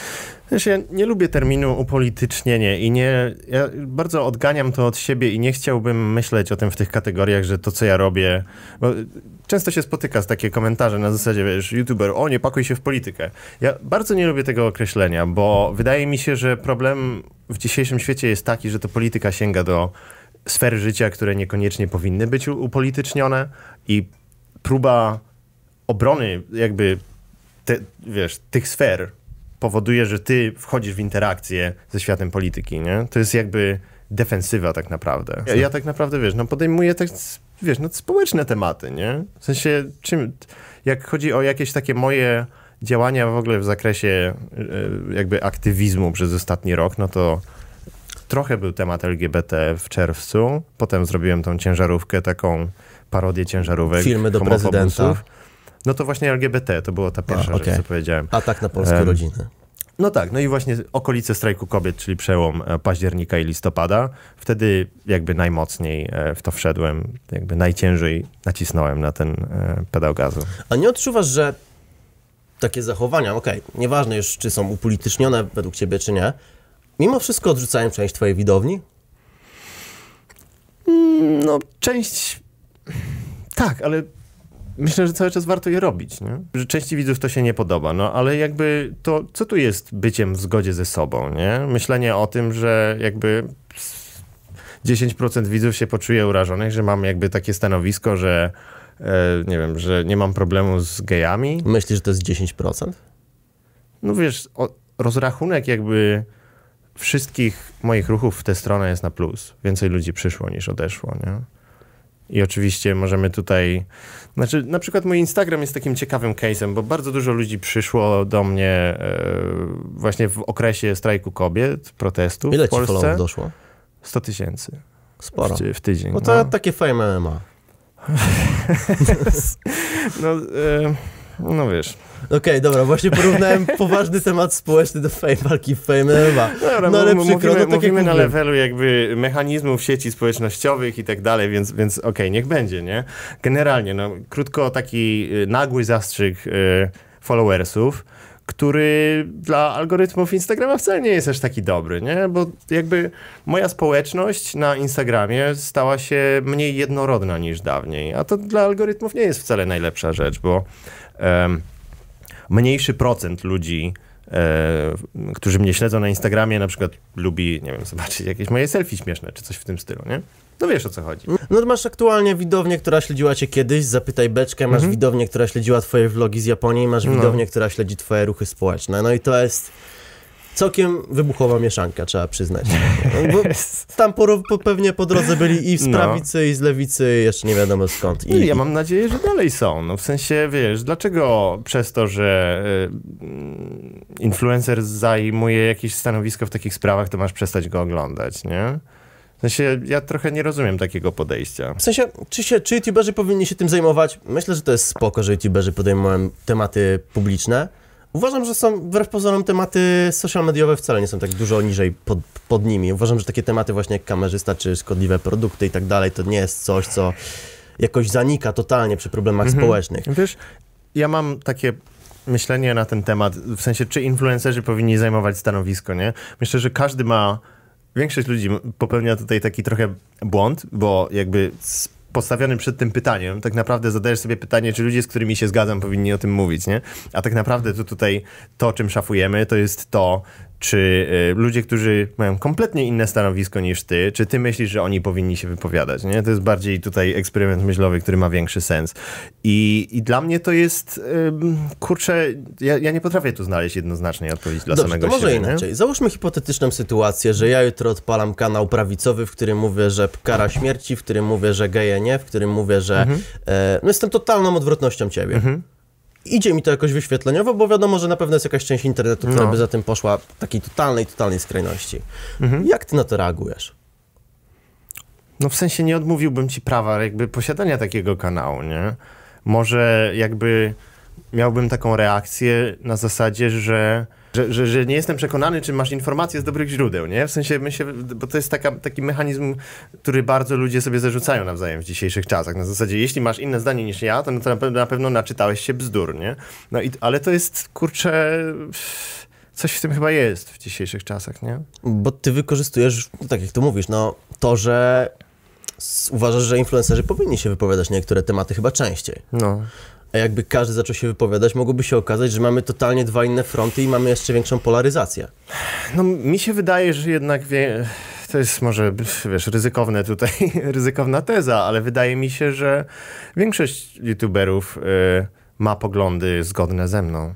Wiesz, ja nie lubię terminu upolitycznienie i nie, ja bardzo odganiam to od siebie i nie chciałbym myśleć o tym w tych kategoriach, że to, co ja robię, bo często się spotyka z takie komentarze na zasadzie, wiesz, youtuber, o, nie pakuj się w politykę. Ja bardzo nie lubię tego określenia, bo wydaje mi się, że problem w dzisiejszym świecie jest taki, że to polityka sięga do sfer życia, które niekoniecznie powinny być upolitycznione i próba obrony jakby, te, wiesz, tych sfer powoduje, że ty wchodzisz w interakcję ze światem polityki, nie? To jest jakby defensywa tak naprawdę. Ja, ja tak naprawdę, wiesz, no podejmuję tak, wiesz, no społeczne tematy, nie? W sensie, czym, jak chodzi o jakieś takie moje działania w ogóle w zakresie jakby aktywizmu przez ostatni rok, no to trochę był temat L G B T w czerwcu, potem zrobiłem tą ciężarówkę, taką parodię ciężarówek, filmy do prezydenta. No to właśnie L G B T, to była ta pierwsza A, okay. rzecz, co powiedziałem. Atak na polskie um, rodziny. No tak, no i właśnie okolice strajku kobiet, czyli przełom października i listopada. Wtedy jakby najmocniej w to wszedłem, jakby najciężej nacisnąłem na ten pedał gazu. A nie odczuwasz, że takie zachowania, okej, okay, nieważne już, czy są upolitycznione według ciebie, czy nie, mimo wszystko odrzucają część twojej widowni? No, część... Tak, ale myślę, że cały czas warto je robić, nie? Że części widzów to się nie podoba, no ale jakby to, co tu jest byciem w zgodzie ze sobą, nie? Myślenie o tym, że jakby dziesięć procent widzów się poczuje urażonych, że mam jakby takie stanowisko, że e, nie wiem, że nie mam problemu z gejami. Myślisz, że to jest dziesięć procent? No wiesz, o, rozrachunek jakby wszystkich moich ruchów w tę stronę jest na plus. Więcej ludzi przyszło niż odeszło, nie? I oczywiście możemy tutaj... Znaczy, na przykład mój Instagram jest takim ciekawym case'em, bo bardzo dużo ludzi przyszło do mnie e, właśnie w okresie strajku kobiet, protestów Ile w Polsce. Ile ci followów doszło? sto tysięcy. Sporo. W, w tydzień. No to no. Takie fame M M A. no, e, no wiesz... Okej, okay, dobra, właśnie porównałem poważny temat społeczny do fame, walki w fame M M A. Dobra, no ale przykro, mówimy, no, tak mówimy na levelu jakby mechanizmów sieci społecznościowych i tak dalej, więc, więc okej, okay, niech będzie, nie? Generalnie, no, krótko taki nagły zastrzyk y, followersów, który dla algorytmów Instagrama wcale nie jest aż taki dobry, nie? Bo jakby moja społeczność na Instagramie stała się mniej jednorodna niż dawniej, a to dla algorytmów nie jest wcale najlepsza rzecz, bo um, mniejszy procent ludzi, e, którzy mnie śledzą na Instagramie, na przykład lubi, nie wiem, zobaczyć jakieś moje selfie śmieszne, czy coś w tym stylu, nie? No wiesz, o co chodzi. No to masz aktualnie widownię, która śledziła cię kiedyś, zapytaj beczkę, masz mhm. widownię, która śledziła twoje vlogi z Japonii, masz no. widownię, która śledzi twoje ruchy społeczne. No i to jest całkiem wybuchowa mieszanka, trzeba przyznać. No, bo tam po, po, pewnie po drodze byli i z prawicy, no. i z lewicy, jeszcze nie wiadomo skąd. I, ja mam nadzieję, że dalej są. No w sensie, wiesz, dlaczego przez to, że y, influencer zajmuje jakieś stanowisko w takich sprawach, to masz przestać go oglądać, nie? W sensie, ja trochę nie rozumiem takiego podejścia. W sensie, czy, się, czy youtuberzy powinni się tym zajmować? Myślę, że to jest spoko, że youtuberzy podejmują tematy publiczne. Uważam, że są wbrew pozorom tematy social mediowe wcale nie są tak dużo niżej pod, pod nimi. Uważam, że takie tematy właśnie jak kamerzysta czy szkodliwe produkty i tak dalej, to nie jest coś, co jakoś zanika totalnie przy problemach mhm. społecznych. Wiesz, ja mam takie myślenie na ten temat, w sensie, czy influencerzy powinni zajmować stanowisko, nie? Myślę, że każdy ma... Większość ludzi popełnia tutaj taki trochę błąd, bo jakby postawiony przed tym pytaniem, tak naprawdę zadajesz sobie pytanie, czy ludzie, z którymi się zgadzam, powinni o tym mówić, nie? A tak naprawdę to tutaj to, czym szafujemy, to jest to, czy y, ludzie, którzy mają kompletnie inne stanowisko niż ty, czy ty myślisz, że oni powinni się wypowiadać, nie? To jest bardziej tutaj eksperyment myślowy, który ma większy sens. I, i dla mnie to jest, y, kurczę, ja, ja nie potrafię tu znaleźć jednoznacznej odpowiedzi dla Dobrze, samego to może siebie. inaczej. Nie? Załóżmy hipotetyczną sytuację, że ja jutro odpalam kanał prawicowy, w którym mówię, że kara śmierci, w którym mówię, że geje nie, w którym mówię, że mhm. e, no jestem totalną odwrotnością ciebie. Mhm. Idzie mi to jakoś wyświetleniowo, bo wiadomo, że na pewno jest jakaś część internetu, która no. by za tym poszła takiej totalnej, totalnej skrajności. Mhm. Jak ty na to reagujesz? No w sensie nie odmówiłbym ci prawa jakby posiadania takiego kanału, nie? Może jakby miałbym taką reakcję na zasadzie, że Że, że, że nie jestem przekonany, czy masz informacje z dobrych źródeł, nie? W sensie, my się, bo to jest taka, taki mechanizm, który bardzo ludzie sobie zarzucają nawzajem w dzisiejszych czasach. Na zasadzie, jeśli masz inne zdanie niż ja, to, no to na, pewno, na pewno naczytałeś się bzdur, nie? No i, ale to jest, kurczę, coś w tym chyba jest w dzisiejszych czasach, nie? Bo ty wykorzystujesz, no tak jak to mówisz, no to, że s- uważasz, że influencerzy powinni się wypowiadać na niektóre tematy chyba częściej. No. A jakby każdy zaczął się wypowiadać, mogłoby się okazać, że mamy totalnie dwa inne fronty i mamy jeszcze większą polaryzację. No mi się wydaje, że jednak wie, to jest może, wiesz, ryzykowne tutaj, ryzykowna teza, ale wydaje mi się, że większość youtuberów y, ma poglądy zgodne ze mną.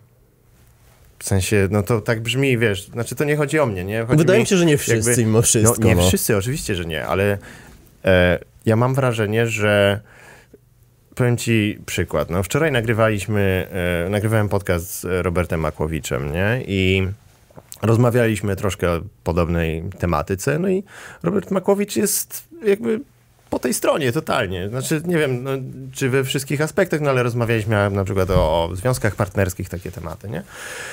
W sensie, no to tak brzmi, wiesz, znaczy to nie chodzi o mnie, nie? Chodzi Wydaje mi mi się, że nie wszyscy jakby, mimo wszystko. No nie no. wszyscy, oczywiście, że nie, ale e, ja mam wrażenie, że powiem ci przykład. No, wczoraj nagrywaliśmy, e, nagrywałem podcast z Robertem Makłowiczem, nie? I rozmawialiśmy troszkę o podobnej tematyce, no i Robert Makłowicz jest jakby po tej stronie totalnie. Znaczy, nie wiem, no, czy we wszystkich aspektach, no ale rozmawialiśmy na przykład o, o związkach partnerskich, takie tematy, nie?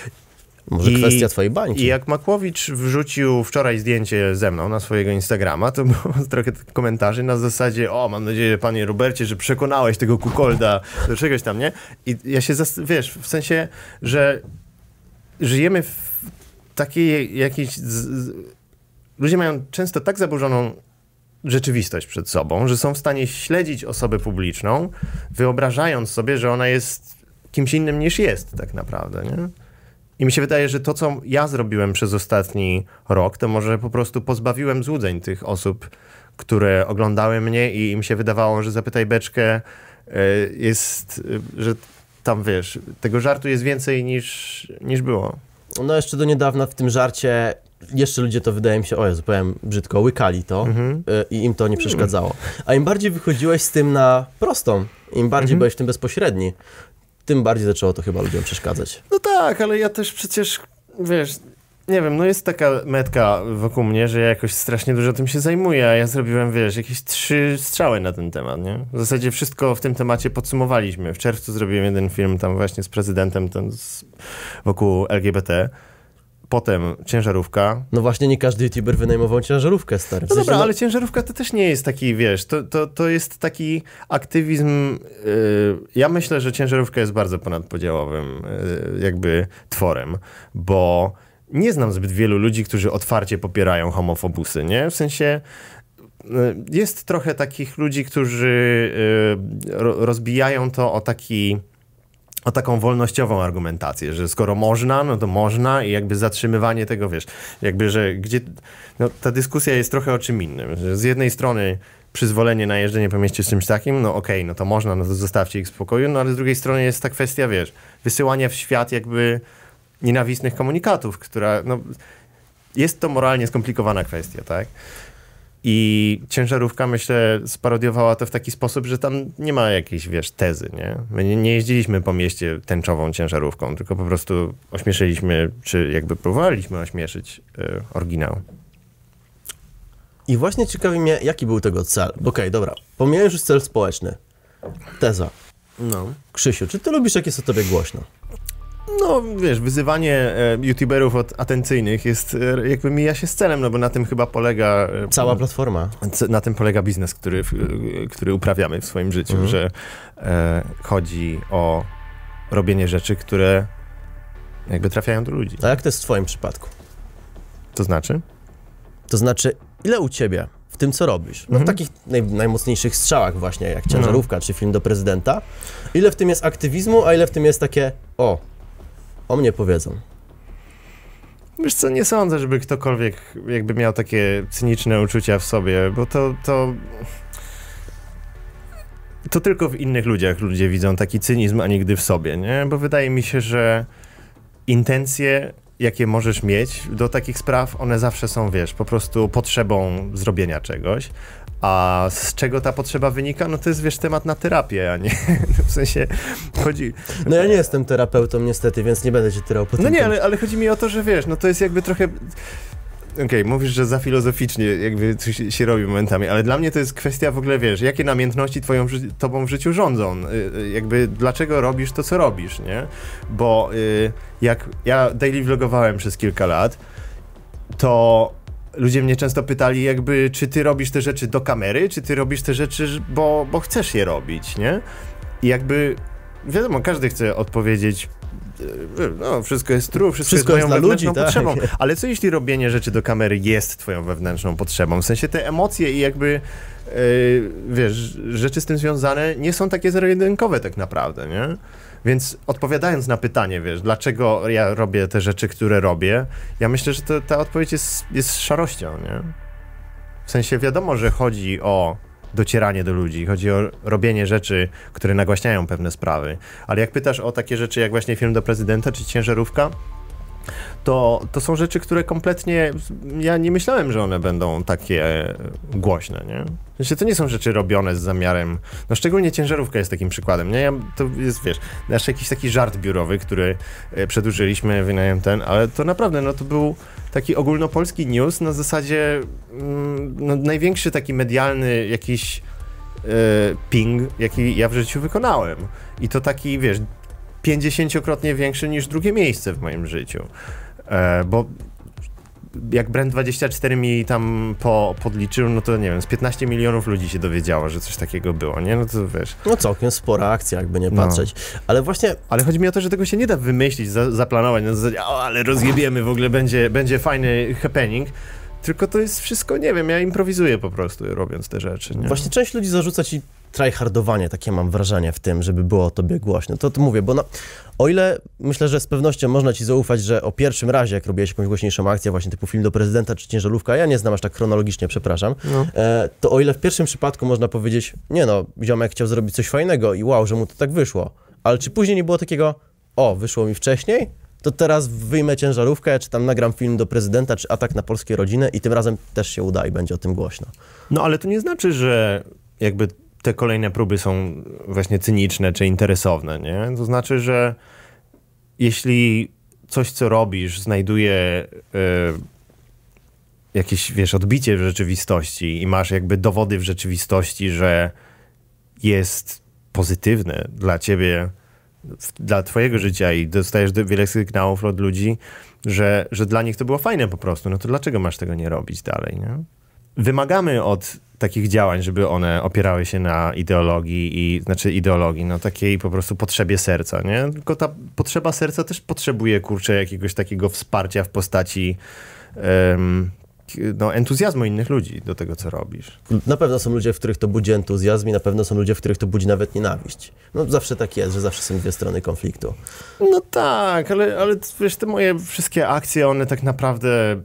Może I, kwestia twojej bańki. I jak Makłowicz wrzucił wczoraj zdjęcie ze mną na swojego Instagrama, to było trochę komentarzy na zasadzie, o, mam nadzieję, panie Robercie, że przekonałeś tego kukolda do czegoś tam, nie? I ja się, zas- wiesz, w sensie, że żyjemy w takiej jakiejś... Z, z, ludzie mają często tak zaburzoną rzeczywistość przed sobą, że są w stanie śledzić osobę publiczną, wyobrażając sobie, że ona jest kimś innym niż jest tak naprawdę, nie? I mi się wydaje, że to, co ja zrobiłem przez ostatni rok, to może po prostu pozbawiłem złudzeń tych osób, które oglądały mnie i im się wydawało, że Zapytaj Beczkę y, jest, y, że tam, wiesz, tego żartu jest więcej niż, niż było. No jeszcze do niedawna w tym żarcie jeszcze ludzie to, wydaje mi się, o Jezu, powiem brzydko, łykali to Mhm. y, i im to nie przeszkadzało. A im bardziej wychodziłeś z tym na prostą, im bardziej Mhm. byłeś w tym bezpośredni, tym bardziej zaczęło to chyba ludziom przeszkadzać. No tak, ale ja też przecież, wiesz, nie wiem, no jest taka metka wokół mnie, że ja jakoś strasznie dużo tym się zajmuję, a ja zrobiłem, wiesz, jakieś trzy strzały na ten temat, nie? W zasadzie wszystko w tym temacie podsumowaliśmy. W czerwcu zrobiłem jeden film tam właśnie z prezydentem ten z, wokół L G B T. Potem ciężarówka. No właśnie nie każdy youtuber wynajmował ciężarówkę, stary. W No sensie, dobra, no- ale ciężarówka to też nie jest taki, wiesz, to, to, to jest taki aktywizm, yy, ja myślę, że ciężarówka jest bardzo ponadpodziałowym yy, jakby tworem, bo nie znam zbyt wielu ludzi, którzy otwarcie popierają homofobusy, nie? W sensie yy, jest trochę takich ludzi, którzy yy, ro, rozbijają to o taki... o taką wolnościową argumentację, że skoro można, no to można i jakby zatrzymywanie tego, wiesz, jakby, że gdzie... No, ta dyskusja jest trochę o czym innym, że z jednej strony przyzwolenie na jeżdżenie po mieście z czymś takim, no okej, okay, no to można, no to zostawcie ich w spokoju, no ale z drugiej strony jest ta kwestia, wiesz, wysyłania w świat jakby nienawistnych komunikatów, która, no, jest to moralnie skomplikowana kwestia, tak? I ciężarówka, myślę, sparodiowała to w taki sposób, że tam nie ma jakiejś, wiesz, tezy, nie? My nie, nie jeździliśmy po mieście tęczową ciężarówką, tylko po prostu ośmieszyliśmy, czy jakby próbowaliśmy ośmieszyć y, oryginał. I właśnie ciekawi mnie, jaki był tego cel. Okej, okay, dobra, pomijając już cel społeczny. Teza. No. Krzysiu, czy ty lubisz, jak jest o tobie głośno? No, wiesz, wyzywanie e, youtuberów od atencyjnych jest, e, jakby mija się z celem, no bo na tym chyba polega... E, Cała platforma. c- Na tym polega biznes, który, w- e, który uprawiamy w swoim życiu, Mhm. że e, chodzi o robienie rzeczy, które jakby trafiają do ludzi. A jak to jest w twoim przypadku? To znaczy? To znaczy, ile u ciebie w tym, co robisz, no w Mhm. takich naj, najmocniejszych strzałach właśnie, jak ciężarówka czy film do prezydenta, ile w tym jest aktywizmu, a ile w tym jest takie, o, o mnie powiedzą. Wiesz co, nie sądzę, żeby ktokolwiek jakby miał takie cyniczne uczucia w sobie, bo to, to, to tylko w innych ludziach ludzie widzą taki cynizm, a nigdy w sobie, nie? Bo wydaje mi się, że intencje, jakie możesz mieć do takich spraw, one zawsze są, wiesz, po prostu potrzebą zrobienia czegoś. A z czego ta potrzeba wynika? No to jest, wiesz, temat na terapię, a nie w sensie chodzi... No ja nie jestem terapeutą niestety, więc nie będę cię tyrał po tym. No nie, ale, ale chodzi mi o to, że wiesz, no to jest jakby trochę... Okej, okay, mówisz, że za filozoficznie jakby coś się, się robi momentami, ale dla mnie to jest kwestia w ogóle, wiesz, jakie namiętności twoją, tobą w życiu rządzą, y, jakby dlaczego robisz to, co robisz, nie? Bo y, jak ja daily vlogowałem przez kilka lat, to ludzie mnie często pytali jakby, czy ty robisz te rzeczy do kamery, czy ty robisz te rzeczy, bo, bo chcesz je robić, nie? I jakby, wiadomo, każdy chce odpowiedzieć no, wszystko jest true, wszystko, wszystko jest moją jest dla wewnętrzną ludzi, potrzebą. tak. Ale co jeśli robienie rzeczy do kamery jest twoją wewnętrzną potrzebą? W sensie te emocje i jakby, yy, wiesz, rzeczy z tym związane nie są takie zero-jedynkowe tak naprawdę, nie? Więc odpowiadając na pytanie, wiesz, dlaczego ja robię te rzeczy, które robię, ja myślę, że to, ta odpowiedź jest, jest szarością, nie? W sensie wiadomo, że chodzi o docieranie do ludzi, chodzi o robienie rzeczy, które nagłaśniają pewne sprawy, ale jak pytasz o takie rzeczy jak właśnie film do prezydenta czy ciężarówka, to, to są rzeczy, które kompletnie, ja nie myślałem, że one będą takie głośne, nie? W sensie to nie są rzeczy robione z zamiarem, no szczególnie ciężarówka jest takim przykładem, nie? Ja, to jest, wiesz, nasz jakiś taki żart biurowy, który przedłużyliśmy, wynajem ten, ale to naprawdę, no to był taki ogólnopolski news na zasadzie no, największy taki medialny jakiś e, ping, jaki ja w życiu wykonałem. I to taki, wiesz, pięćdziesięciokrotnie większy niż drugie miejsce w moim życiu. E, bo jak Brand dwadzieścia cztery mi tam po, podliczył, no to nie wiem, z piętnaście milionów ludzi się dowiedziało, że coś takiego było, nie? No to wiesz. No całkiem spora akcja, jakby nie patrzeć. No. Ale właśnie... Ale chodzi mi o to, że tego się nie da wymyślić, za, zaplanować, na zasadzie, o, ale rozjebiemy, w ogóle będzie, będzie fajny happening. Tylko to jest wszystko, nie wiem, ja improwizuję po prostu, robiąc te rzeczy, nie? Właśnie część ludzi zarzuca ci tryhardowanie, takie mam wrażenie w tym, żeby było o tobie głośno. To, to mówię, bo no, o ile myślę, że z pewnością można ci zaufać, że o pierwszym razie, jak robiłeś jakąś głośniejszą akcję, właśnie typu film do prezydenta czy ciężarówka, ja nie znam aż tak chronologicznie, przepraszam, no. e, to o ile w pierwszym przypadku można powiedzieć, nie no, ziomek chciał zrobić coś fajnego i wow, że mu to tak wyszło, ale czy później nie było takiego, o, wyszło mi wcześniej, to teraz wyjmę ciężarówkę, czy tam nagram film do prezydenta, czy atak na polskie rodziny i tym razem też się uda i będzie o tym głośno. No ale to nie znaczy, że jakby te kolejne próby są właśnie cyniczne czy interesowne, nie? To znaczy, że jeśli coś, co robisz, znajduje y, jakieś, wiesz, odbicie w rzeczywistości i masz jakby dowody w rzeczywistości, że jest pozytywne dla ciebie, dla twojego życia i dostajesz wiele sygnałów od ludzi, że, że dla nich to było fajne po prostu, no to dlaczego masz tego nie robić dalej, nie? Wymagamy od takich działań, żeby one opierały się na ideologii i, znaczy ideologii, no takiej po prostu potrzebie serca, nie? Tylko ta potrzeba serca też potrzebuje, kurczę, jakiegoś takiego wsparcia w postaci um, no, entuzjazmu innych ludzi do tego, co robisz. Na pewno są ludzie, w których to budzi entuzjazm i na pewno są ludzie, w których to budzi nawet nienawiść. No zawsze tak jest, że zawsze są dwie strony konfliktu. No tak, ale, ale wiesz, te moje wszystkie akcje, one tak naprawdę...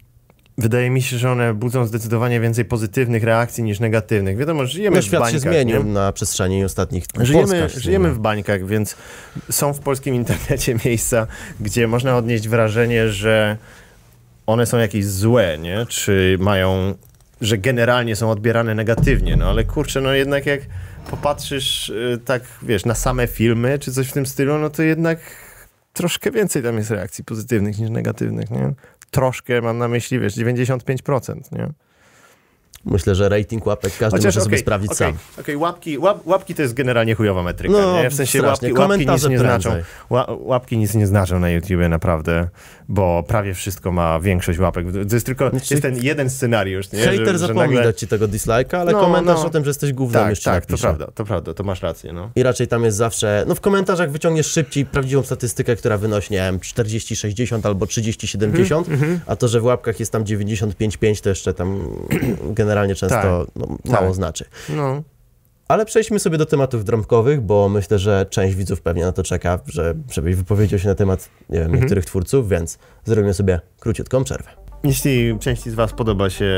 Wydaje mi się, że one budzą zdecydowanie więcej pozytywnych reakcji niż negatywnych. Wiadomo, żyjemy no, w świat bańkach. się zmienił nie? na przestrzeni ostatnich Żyjemy, Polska żyjemy w bańkach, więc są w polskim internecie miejsca, gdzie można odnieść wrażenie, że one są jakieś złe, nie? Czy mają, że generalnie są odbierane negatywnie. No ale kurczę, no jednak jak popatrzysz yy, tak, wiesz, na same filmy, czy coś w tym stylu, no to jednak troszkę więcej tam jest reakcji pozytywnych niż negatywnych, nie? Troszkę mam na myśli, wiesz, dziewięćdziesiąt pięć procent, nie? Myślę, że rating łapek każdy Chociaż, może sobie okay, sprawdzić okay, sam. Okej, okay, łapki, łap, łapki to jest generalnie chujowa metryka, no, nie? W sensie strasznie. łapki, łapki nic nie prędzej. znaczą. Łapki nic nie znaczą na YouTubie naprawdę, bo prawie wszystko ma większość łapek. To jest tylko, znaczy, jest ten jeden scenariusz, nie? Hejter że, zapomni że nagle... dać ci tego dislike'a, ale no, komentarz no. o tym, że jesteś gównem tak, już ci tak, napisze. to prawda, to prawda, to masz rację, no. I raczej tam jest zawsze, no w komentarzach wyciągniesz szybciej prawdziwą statystykę, która wynosi, nie wiem, czterdzieści sześćdziesiąt albo trzydzieści siedemdziesiąt, mm-hmm. a to, że w łapkach jest tam dziewięćdziesiąt pięć pięć, to jeszcze tam generalnie często tak, no, mało tak. znaczy. No. Ale przejdźmy sobie do tematów drąbkowych, bo myślę, że część widzów pewnie na to czeka, że, żebyś wypowiedział się na temat, nie wiem, mm-hmm. niektórych twórców, więc zrobimy sobie króciutką przerwę. Jeśli części z was podoba się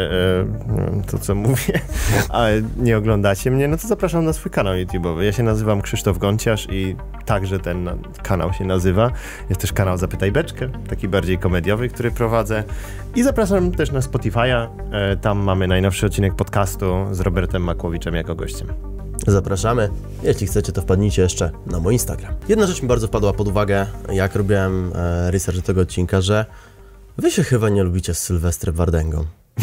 e, to, co mówię, a nie oglądacie mnie, no to zapraszam na swój kanał YouTube'owy. Ja się nazywam Krzysztof Gonciarz i także ten kanał się nazywa. Jest też kanał Zapytaj Beczkę, taki bardziej komediowy, który prowadzę. I zapraszam też na Spotify'a. E, tam mamy najnowszy odcinek podcastu z Robertem Makłowiczem jako gościem. Zapraszamy. Jeśli chcecie, to wpadnijcie jeszcze na mój Instagram. Jedna rzecz mi bardzo wpadła pod uwagę, jak robiłem e, research do tego odcinka, że wy się chyba nie lubicie z Sylwestrem Wardęgą.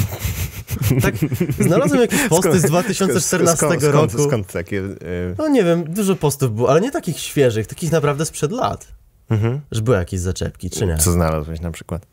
Tak, znalazłem jakieś posty skąd, z dwa tysiące czternastego skąd, roku. Skąd, skąd takie? Yy... No nie wiem, dużo postów było, ale nie takich świeżych, takich naprawdę sprzed lat. Mhm. Że były jakieś zaczepki, czy nie? Co znalazłeś na przykład?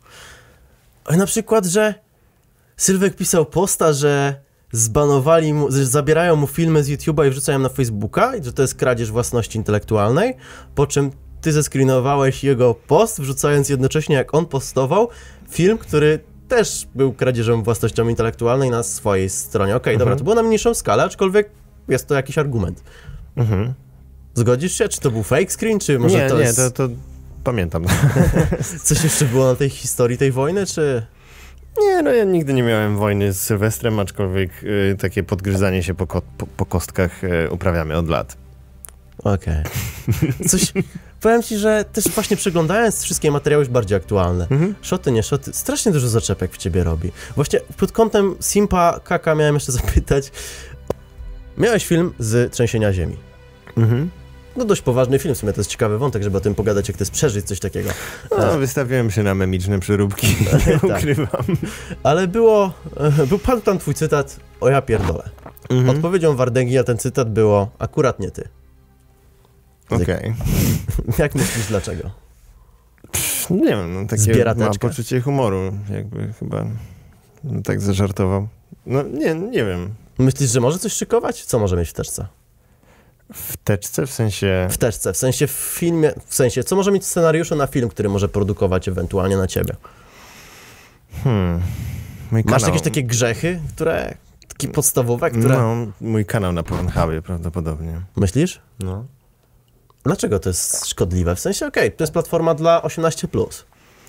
Na przykład, że Sylwek pisał posta, że zbanowali mu, że zabierają mu filmy z YouTube'a i wrzucają na Facebooka i że to jest kradzież własności intelektualnej, po czym ty zescreenowałeś jego post, wrzucając jednocześnie, jak on postował, film, który też był kradzieżą własnością intelektualnej na swojej stronie. Okej, okay, dobra, to było na mniejszą skalę, aczkolwiek jest to jakiś argument. Mhm. Zgodzisz się? Czy to był fake screen, czy może nie, to nie, jest... Nie, to, to pamiętam. Coś jeszcze było na tej historii tej wojny, czy... Nie, no ja nigdy nie miałem wojny z Sylwestrem, aczkolwiek y, takie podgryzanie się po, ko- po, po kostkach y, uprawiamy od lat. Okej. Okay. Coś... Powiem ci, że też właśnie przeglądając wszystkie materiały już bardziej aktualne, mhm. szoty, nie szoty, strasznie dużo zaczepek w ciebie robi. Właśnie pod kątem Simpa Kaka miałem jeszcze zapytać. Miałeś film z trzęsienia ziemi. Mhm. No dość poważny film, w sumie to jest ciekawy wątek, żeby o tym pogadać, jak to jest przeżyć coś takiego. No, e... wystawiłem się na memiczne przeróbki, nie tak. ukrywam. Ale było, był padł tam twój cytat, o ja pierdolę. Mhm. Odpowiedzią Wardęgi na ten cytat było, akurat nie ty. Okej. Okay. Jak myślisz, dlaczego? Pff, nie wiem, no takie mam poczucie humoru, jakby chyba no, tak zażartował. No nie, nie wiem. Myślisz, że może coś szykować? Co może mieć w teczce? W teczce? W sensie... W teczce, w sensie w filmie, w sensie, co może mieć scenariuszu na film, który może produkować ewentualnie na ciebie? Hmm. Mój Masz kanał... jakieś takie grzechy, które, takie podstawowe, które... No, mój kanał na Pornhubie prawdopodobnie. Myślisz? No. Dlaczego to jest szkodliwe? W sensie, okej, okay, to jest platforma dla osiemnaście plus.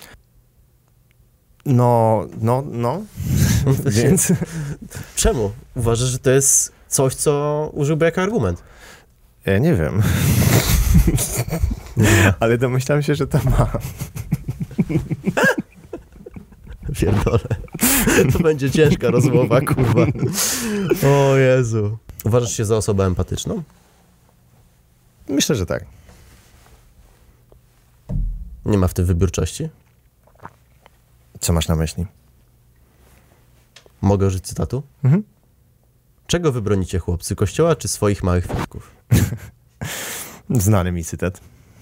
No, no, no. Więc... Czemu? Uważasz, że to jest coś, co użyłby jako argument? Ja nie wiem. Nie. Ale domyślam się, że to ma. Pierdolę. To będzie ciężka rozmowa, kurwa. O Jezu. Uważasz się za osobę empatyczną? Myślę, że tak. Nie ma w tym wybiórczości? Co masz na myśli? Mogę użyć cytatu? Mhm. Czego wy bronicie, chłopcy? Kościoła czy swoich małych fiutków? Znany mi cytat.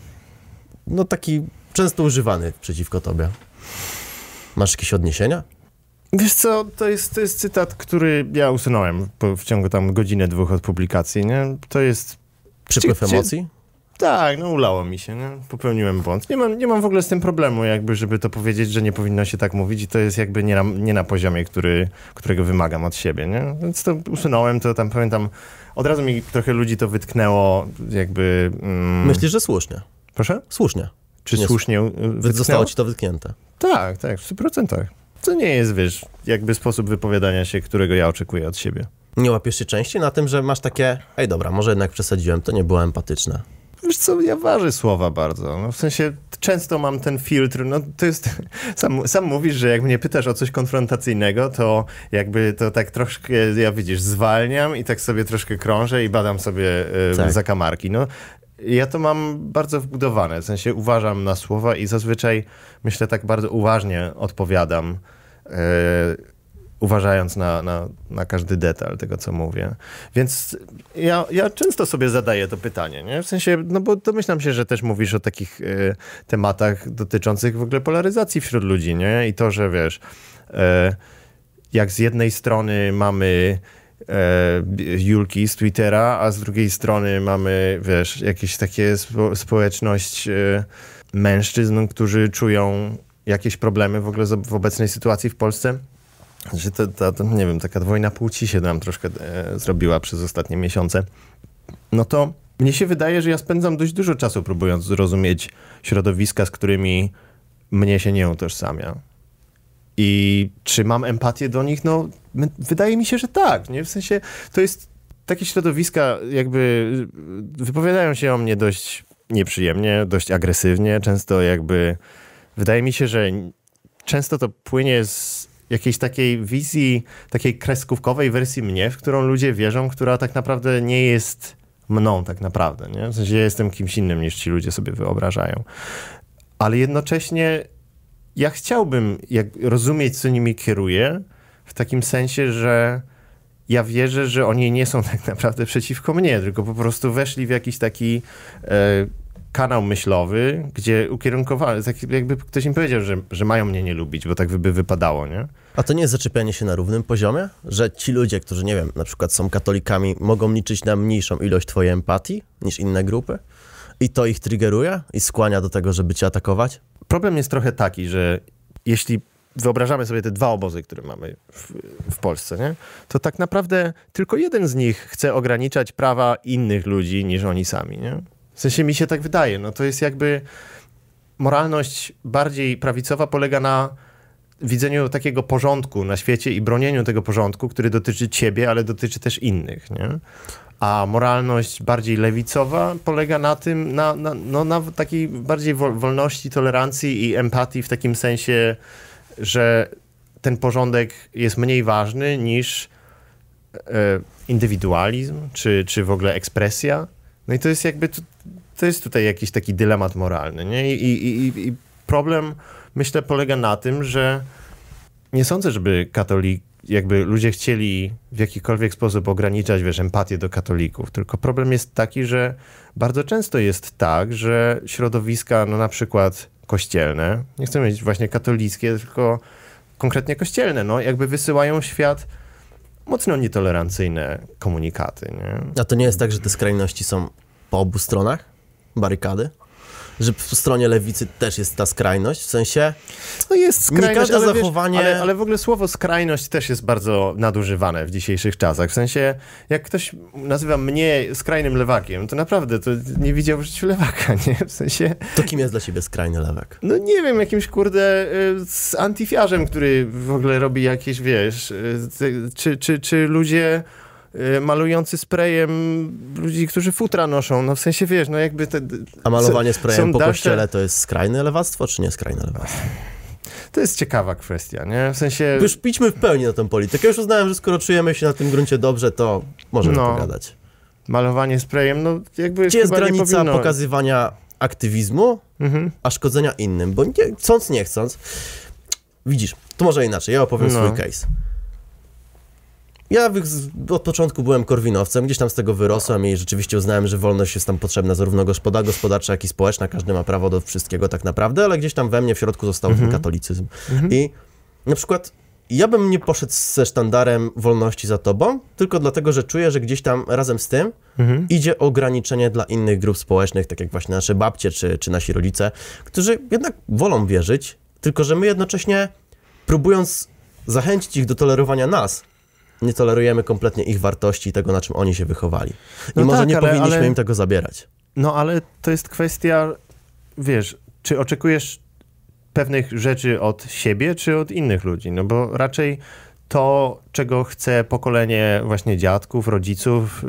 No taki często używany przeciwko tobie. Masz jakieś odniesienia? Wiesz co, to jest, to jest cytat, który ja usunąłem po, w ciągu tam godziny, dwóch od publikacji, nie? To jest... Przypływ czy, emocji? Czy, tak, no ulało mi się, nie? Popełniłem błąd. Nie mam, nie mam w ogóle z tym problemu, jakby, żeby to powiedzieć, że nie powinno się tak mówić i to jest jakby nie na, nie na poziomie, który, którego wymagam od siebie, nie? Więc to usunąłem, to tam pamiętam, od razu mi trochę ludzi to wytknęło, jakby... Mm... Myślisz, że słusznie? Proszę? Słusznie. Czy nie słusznie wytknęło? Zostało ci to wytknięte. Tak, tak, w stu procentach. To nie jest, wiesz, jakby sposób wypowiadania się, którego ja oczekuję od siebie. Nie łapiesz się częściej na tym, że masz takie, ej dobra, może jednak przesadziłem, to nie było empatyczne. Wiesz co, ja ważę słowa bardzo, no w sensie często mam ten filtr, no to jest, sam, sam mówisz, że jak mnie pytasz o coś konfrontacyjnego, to jakby to tak troszkę, ja widzisz, zwalniam i tak sobie troszkę krążę i badam sobie y, tak. zakamarki, no. Ja to mam bardzo wbudowane, w sensie uważam na słowa i zazwyczaj, myślę, tak bardzo uważnie odpowiadam, yy, uważając na, na, na każdy detal tego, co mówię. Więc ja, ja często sobie zadaję to pytanie, nie? W sensie, no bo domyślam się, że też mówisz o takich yy, tematach dotyczących w ogóle polaryzacji wśród ludzi, nie? I to, że wiesz, yy, jak z jednej strony mamy E, Julki z Twittera, a z drugiej strony mamy, wiesz, jakieś takie spo, społeczność e, mężczyzn, którzy czują jakieś problemy w ogóle z, w obecnej sytuacji w Polsce. Że to, to, to, nie wiem, taka wojna płci się nam troszkę e, zrobiła przez ostatnie miesiące. No to mnie się wydaje, że ja spędzam dość dużo czasu próbując zrozumieć środowiska, z którymi mnie się nie utożsamia. I czy mam empatię do nich? No, wydaje mi się, że tak, nie? W sensie, to jest takie środowiska, jakby wypowiadają się o mnie dość nieprzyjemnie, dość agresywnie, często jakby, wydaje mi się, że często to płynie z jakiejś takiej wizji, takiej kreskówkowej wersji mnie, w którą ludzie wierzą, która tak naprawdę nie jest mną tak naprawdę, nie? W sensie, ja jestem kimś innym, niż ci ludzie sobie wyobrażają. Ale jednocześnie ja chciałbym jak rozumieć, co nimi kieruje, w takim sensie, że ja wierzę, że oni nie są tak naprawdę przeciwko mnie, tylko po prostu weszli w jakiś taki e, kanał myślowy, gdzie ukierunkowali, tak jakby ktoś im powiedział, że, że mają mnie nie lubić, bo tak by wypadało, nie? A to nie jest zaczepianie się na równym poziomie? Że ci ludzie, którzy, nie wiem, na przykład są katolikami, mogą liczyć na mniejszą ilość twojej empatii niż inne grupy? I to ich triggeruje i skłania do tego, żeby cię atakować? Problem jest trochę taki, że jeśli wyobrażamy sobie te dwa obozy, które mamy w, w Polsce, nie? To tak naprawdę tylko jeden z nich chce ograniczać prawa innych ludzi niż oni sami. Nie? W sensie mi się tak wydaje. No to jest jakby moralność bardziej prawicowa polega na widzeniu takiego porządku na świecie i bronieniu tego porządku, który dotyczy ciebie, ale dotyczy też innych. Nie? A moralność bardziej lewicowa polega na tym, na, na, no, na takiej bardziej wolności, tolerancji i empatii w takim sensie, że ten porządek jest mniej ważny niż e, indywidualizm, czy, czy w ogóle ekspresja. No i to jest jakby, to jest tutaj jakiś taki dylemat moralny, nie? I, i, i, i problem, myślę, polega na tym, że nie sądzę, żeby katolik, jakby ludzie chcieli w jakikolwiek sposób ograniczać, wiesz, empatię do katolików, tylko problem jest taki, że bardzo często jest tak, że środowiska, no na przykład kościelne, nie chcę mieć właśnie katolickie, tylko konkretnie kościelne, no jakby wysyłają w świat mocno nietolerancyjne komunikaty, nie? A to nie jest tak, że te skrajności są po obu stronach barykady? Że po stronie lewicy też jest ta skrajność, w sensie no jest skrajność, nie każde ale, zachowanie... wiesz, ale, ale w ogóle słowo skrajność też jest bardzo nadużywane w dzisiejszych czasach. W sensie, jak ktoś nazywa mnie skrajnym lewakiem, to naprawdę to nie widział w życiu lewaka, nie? W sensie... To kim jest dla ciebie skrajny lewak? No nie wiem, jakimś kurde z antyfiarzem, który w ogóle robi jakieś, wiesz, czy, czy, czy ludzie... malujący sprayem ludzi, którzy futra noszą, no w sensie, wiesz, no jakby te... A malowanie sprayem po dalsze... kościele to jest skrajne lewactwo, czy nie skrajne lewactwo? To jest ciekawa kwestia, nie? W sensie... Już idźmy w pełni na tę politykę. Już uznałem, że skoro czujemy się na tym gruncie dobrze, to możemy no, pogadać. Malowanie sprayem, no jakby Gdzie jest granica powinno... pokazywania aktywizmu, mhm. a szkodzenia innym? Bo nie, chcąc, nie chcąc, widzisz, to może inaczej, ja opowiem no. swój case. Ja od początku byłem korwinowcem, gdzieś tam z tego wyrosłem i rzeczywiście uznałem, że wolność jest tam potrzebna, zarówno gospoda, gospodarcza, jak i społeczna. Każdy ma prawo do wszystkiego tak naprawdę, ale gdzieś tam we mnie w środku został mm-hmm. ten katolicyzm. Mm-hmm. I na przykład ja bym nie poszedł ze sztandarem wolności za tobą, tylko dlatego, że czuję, że gdzieś tam razem z tym mm-hmm. idzie ograniczenie dla innych grup społecznych, tak jak właśnie nasze babcie czy, czy nasi rodzice, którzy jednak wolą wierzyć, tylko że my jednocześnie próbując zachęcić ich do tolerowania nas, nie tolerujemy kompletnie ich wartości i tego, na czym oni się wychowali. I no może tak, nie ale, powinniśmy ale, im tego zabierać. No ale to jest kwestia, wiesz, czy oczekujesz pewnych rzeczy od siebie, czy od innych ludzi? No bo raczej to, czego chce pokolenie właśnie dziadków, rodziców,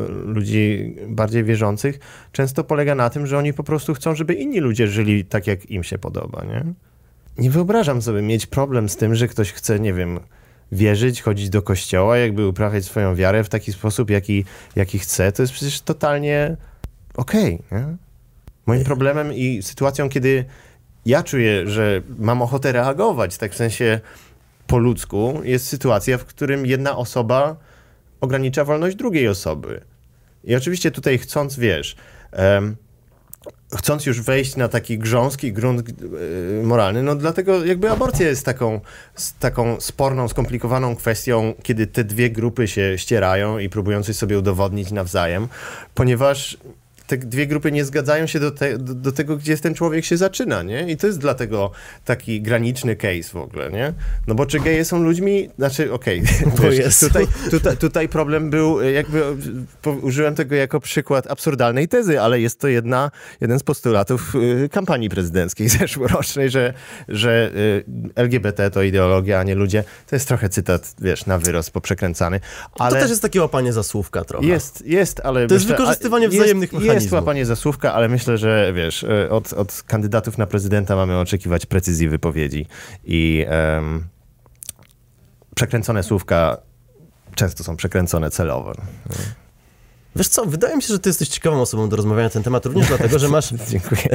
ludzi bardziej wierzących, często polega na tym, że oni po prostu chcą, żeby inni ludzie żyli tak, jak im się podoba, nie? Nie wyobrażam sobie mieć problem z tym, że ktoś chce, nie wiem, wierzyć, chodzić do kościoła, jakby uprawiać swoją wiarę w taki sposób, jaki, jaki chce, to jest przecież totalnie okej, okay, Moim problemem i sytuacją, kiedy ja czuję, że mam ochotę reagować, tak w sensie po ludzku, jest sytuacja, w którym jedna osoba ogranicza wolność drugiej osoby. I oczywiście tutaj chcąc, wiesz, um, chcąc już wejść na taki grząski grunt yy, moralny, no dlatego jakby aborcja jest taką, z taką sporną, skomplikowaną kwestią, kiedy te dwie grupy się ścierają i próbują coś sobie udowodnić nawzajem, ponieważ te dwie grupy nie zgadzają się do, te, do, do tego, gdzie ten człowiek się zaczyna, nie? I to jest dlatego taki graniczny case w ogóle, nie? No bo czy geje są ludźmi, znaczy okej, okay, tutaj, tutaj, tutaj problem był, jakby użyłem tego jako przykład absurdalnej tezy, ale jest to jedna, jeden z postulatów kampanii prezydenckiej zeszłorocznej, że, że L G B T to ideologia, a nie ludzie. To jest trochę cytat, wiesz, na wyrost poprzekręcany. Ale to też jest takie łapanie za słówka trochę. Jest, jest, ale... To myślę, jest wykorzystywanie wzajemnych mechanizmów. Jest łapanie za słówka, ale myślę, że wiesz, od, od kandydatów na prezydenta mamy oczekiwać precyzji wypowiedzi i um, przekręcone słówka często są przekręcone celowo. Wiesz co, wydaje mi się, że ty jesteś ciekawą osobą do rozmawiania na ten temat, również dlatego, że masz... Dziękuję.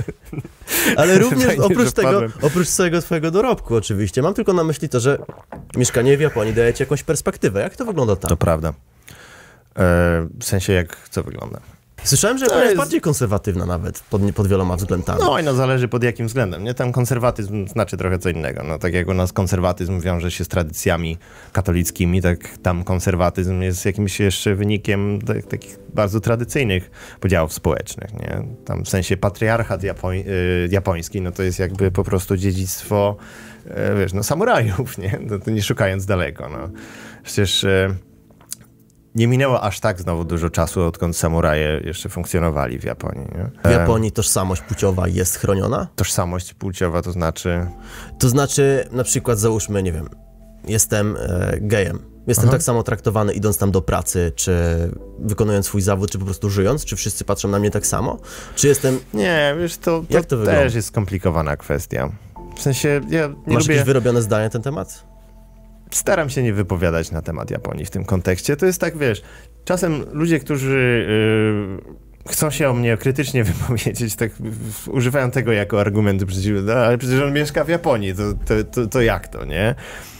Ale również Fajnie, oprócz tego, oprócz całego twojego dorobku oczywiście, mam tylko na myśli to, że mieszkanie w Japonii daje ci jakąś perspektywę. Jak to wygląda tam? To prawda. W sensie, jak co wygląda? Słyszałem, że Japonia jest bardziej konserwatywna nawet, pod, pod wieloma względami. No i no zależy pod jakim względem, nie? Tam konserwatyzm znaczy trochę co innego. No tak jak u nas konserwatyzm wiąże się z tradycjami katolickimi, tak tam konserwatyzm jest jakimś jeszcze wynikiem tak, takich bardzo tradycyjnych podziałów społecznych, nie? Tam w sensie patriarchat japoń, y, japoński, no to jest jakby po prostu dziedzictwo, y, wiesz, no samurajów, nie? No, to nie szukając daleko, no. Przecież... Y, Nie minęło aż tak znowu dużo czasu, odkąd samuraje jeszcze funkcjonowali w Japonii. Nie? W Japonii tożsamość płciowa jest chroniona? Tożsamość płciowa to znaczy... To znaczy, na przykład załóżmy, nie wiem, jestem e, gejem. Jestem Aha. tak samo traktowany idąc tam do pracy, czy wykonując swój zawód, czy po prostu żyjąc? Czy wszyscy patrzą na mnie tak samo? Czy jestem... Nie, wiesz, to, to, Jak to też wygląda? jest skomplikowana kwestia. W sensie, ja nie Masz lubię... jakieś wyrobione zdanie na ten temat? Staram się nie wypowiadać na temat Japonii w tym kontekście. To jest tak, wiesz, czasem ludzie, którzy yy, chcą się o mnie krytycznie wypowiedzieć, tak yy, używają tego jako argumentu przeciwnego, no, ale przecież on mieszka w Japonii, to, to, to, to jak to, nie?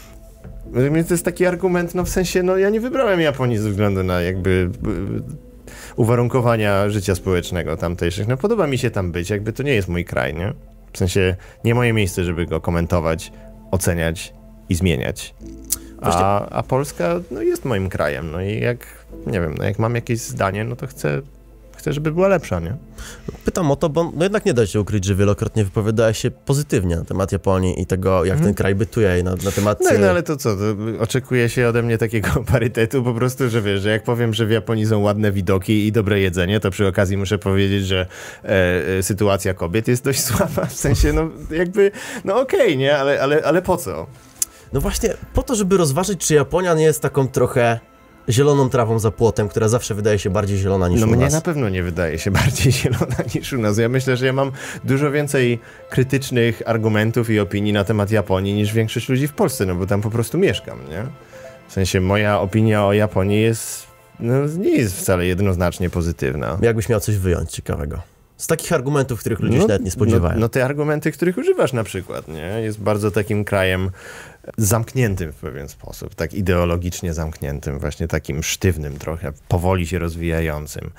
To jest taki argument, no w sensie, no ja nie wybrałem Japonii ze względu na jakby yy, uwarunkowania życia społecznego tamtejszych. No podoba mi się tam być, jakby to nie jest mój kraj, nie? W sensie, nie moje miejsce, żeby go komentować, oceniać i zmieniać. A, a Polska no, jest moim krajem, no i jak, nie wiem, no, jak mam jakieś zdanie, no to chcę, chcę, żeby była lepsza, nie? Pytam o to, bo no jednak nie da się ukryć, że wielokrotnie wypowiadałeś się pozytywnie na temat Japonii i tego, jak hmm. ten kraj bytuje, na, na temat... No, no ale to co, to oczekuje się ode mnie takiego parytetu po prostu, że wiesz, że jak powiem, że w Japonii są ładne widoki i dobre jedzenie, to przy okazji muszę powiedzieć, że e, e, sytuacja kobiet jest dość słaba, w sensie, no jakby, no okej, okay, nie, ale, ale, ale po co? No właśnie po to, żeby rozważyć, czy Japonia nie jest taką trochę zieloną trawą za płotem, która zawsze wydaje się bardziej zielona niż no, u nas. No mnie na pewno nie wydaje się bardziej zielona niż u nas. Ja myślę, że ja mam dużo więcej krytycznych argumentów i opinii na temat Japonii niż większość ludzi w Polsce, no bo tam po prostu mieszkam, nie? W sensie moja opinia o Japonii jest, no nie jest wcale jednoznacznie pozytywna. Jakbyś miał coś wyjąć ciekawego? Z takich argumentów, których ludzie no, się nawet nie spodziewają. No, no te argumenty, których używasz na przykład, nie? Jest bardzo takim krajem zamkniętym w pewien sposób, tak ideologicznie zamkniętym, właśnie takim sztywnym trochę, powoli się rozwijającym.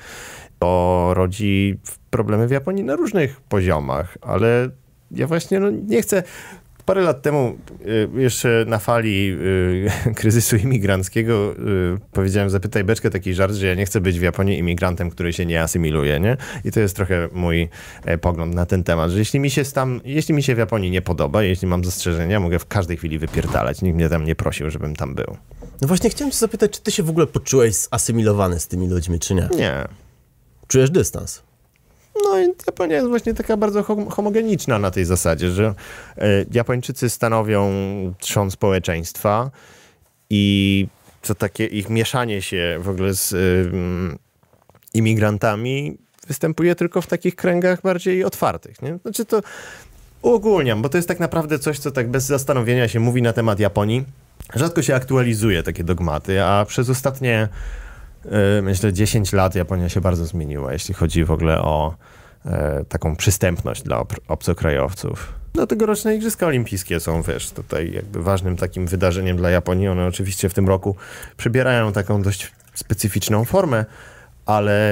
To rodzi problemy w Japonii na różnych poziomach, ale ja właśnie no, nie chcę... Parę lat temu, y, jeszcze na fali y, kryzysu imigranckiego, y, powiedziałem, zapytaj beczkę, taki żart, że ja nie chcę być w Japonii imigrantem, który się nie asymiluje, nie? I to jest trochę mój e, pogląd na ten temat, że jeśli mi się tam, jeśli mi się w Japonii nie podoba, jeśli mam zastrzeżenia, mogę w każdej chwili wypierdalać. Nikt mnie tam nie prosił, żebym tam był. No właśnie chciałem cię zapytać, czy ty się w ogóle poczułeś zasymilowany z tymi ludźmi, czy nie? Nie. Czujesz dystans? No i Japonia jest właśnie taka bardzo homogeniczna na tej zasadzie, że Japończycy stanowią trzon społeczeństwa i to takie ich mieszanie się w ogóle z y, imigrantami występuje tylko w takich kręgach bardziej otwartych, nie? Znaczy to uogólniam, bo to jest tak naprawdę coś, co tak bez zastanowienia się mówi na temat Japonii. Rzadko się aktualizuje takie dogmaty, a przez ostatnie myślę dziesięć lat Japonia się bardzo zmieniła, jeśli chodzi w ogóle o e, taką przystępność dla ob- obcokrajowców. No tegoroczne Igrzyska Olimpijskie są, wiesz, tutaj jakby ważnym takim wydarzeniem dla Japonii. One oczywiście w tym roku przybierają taką dość specyficzną formę, ale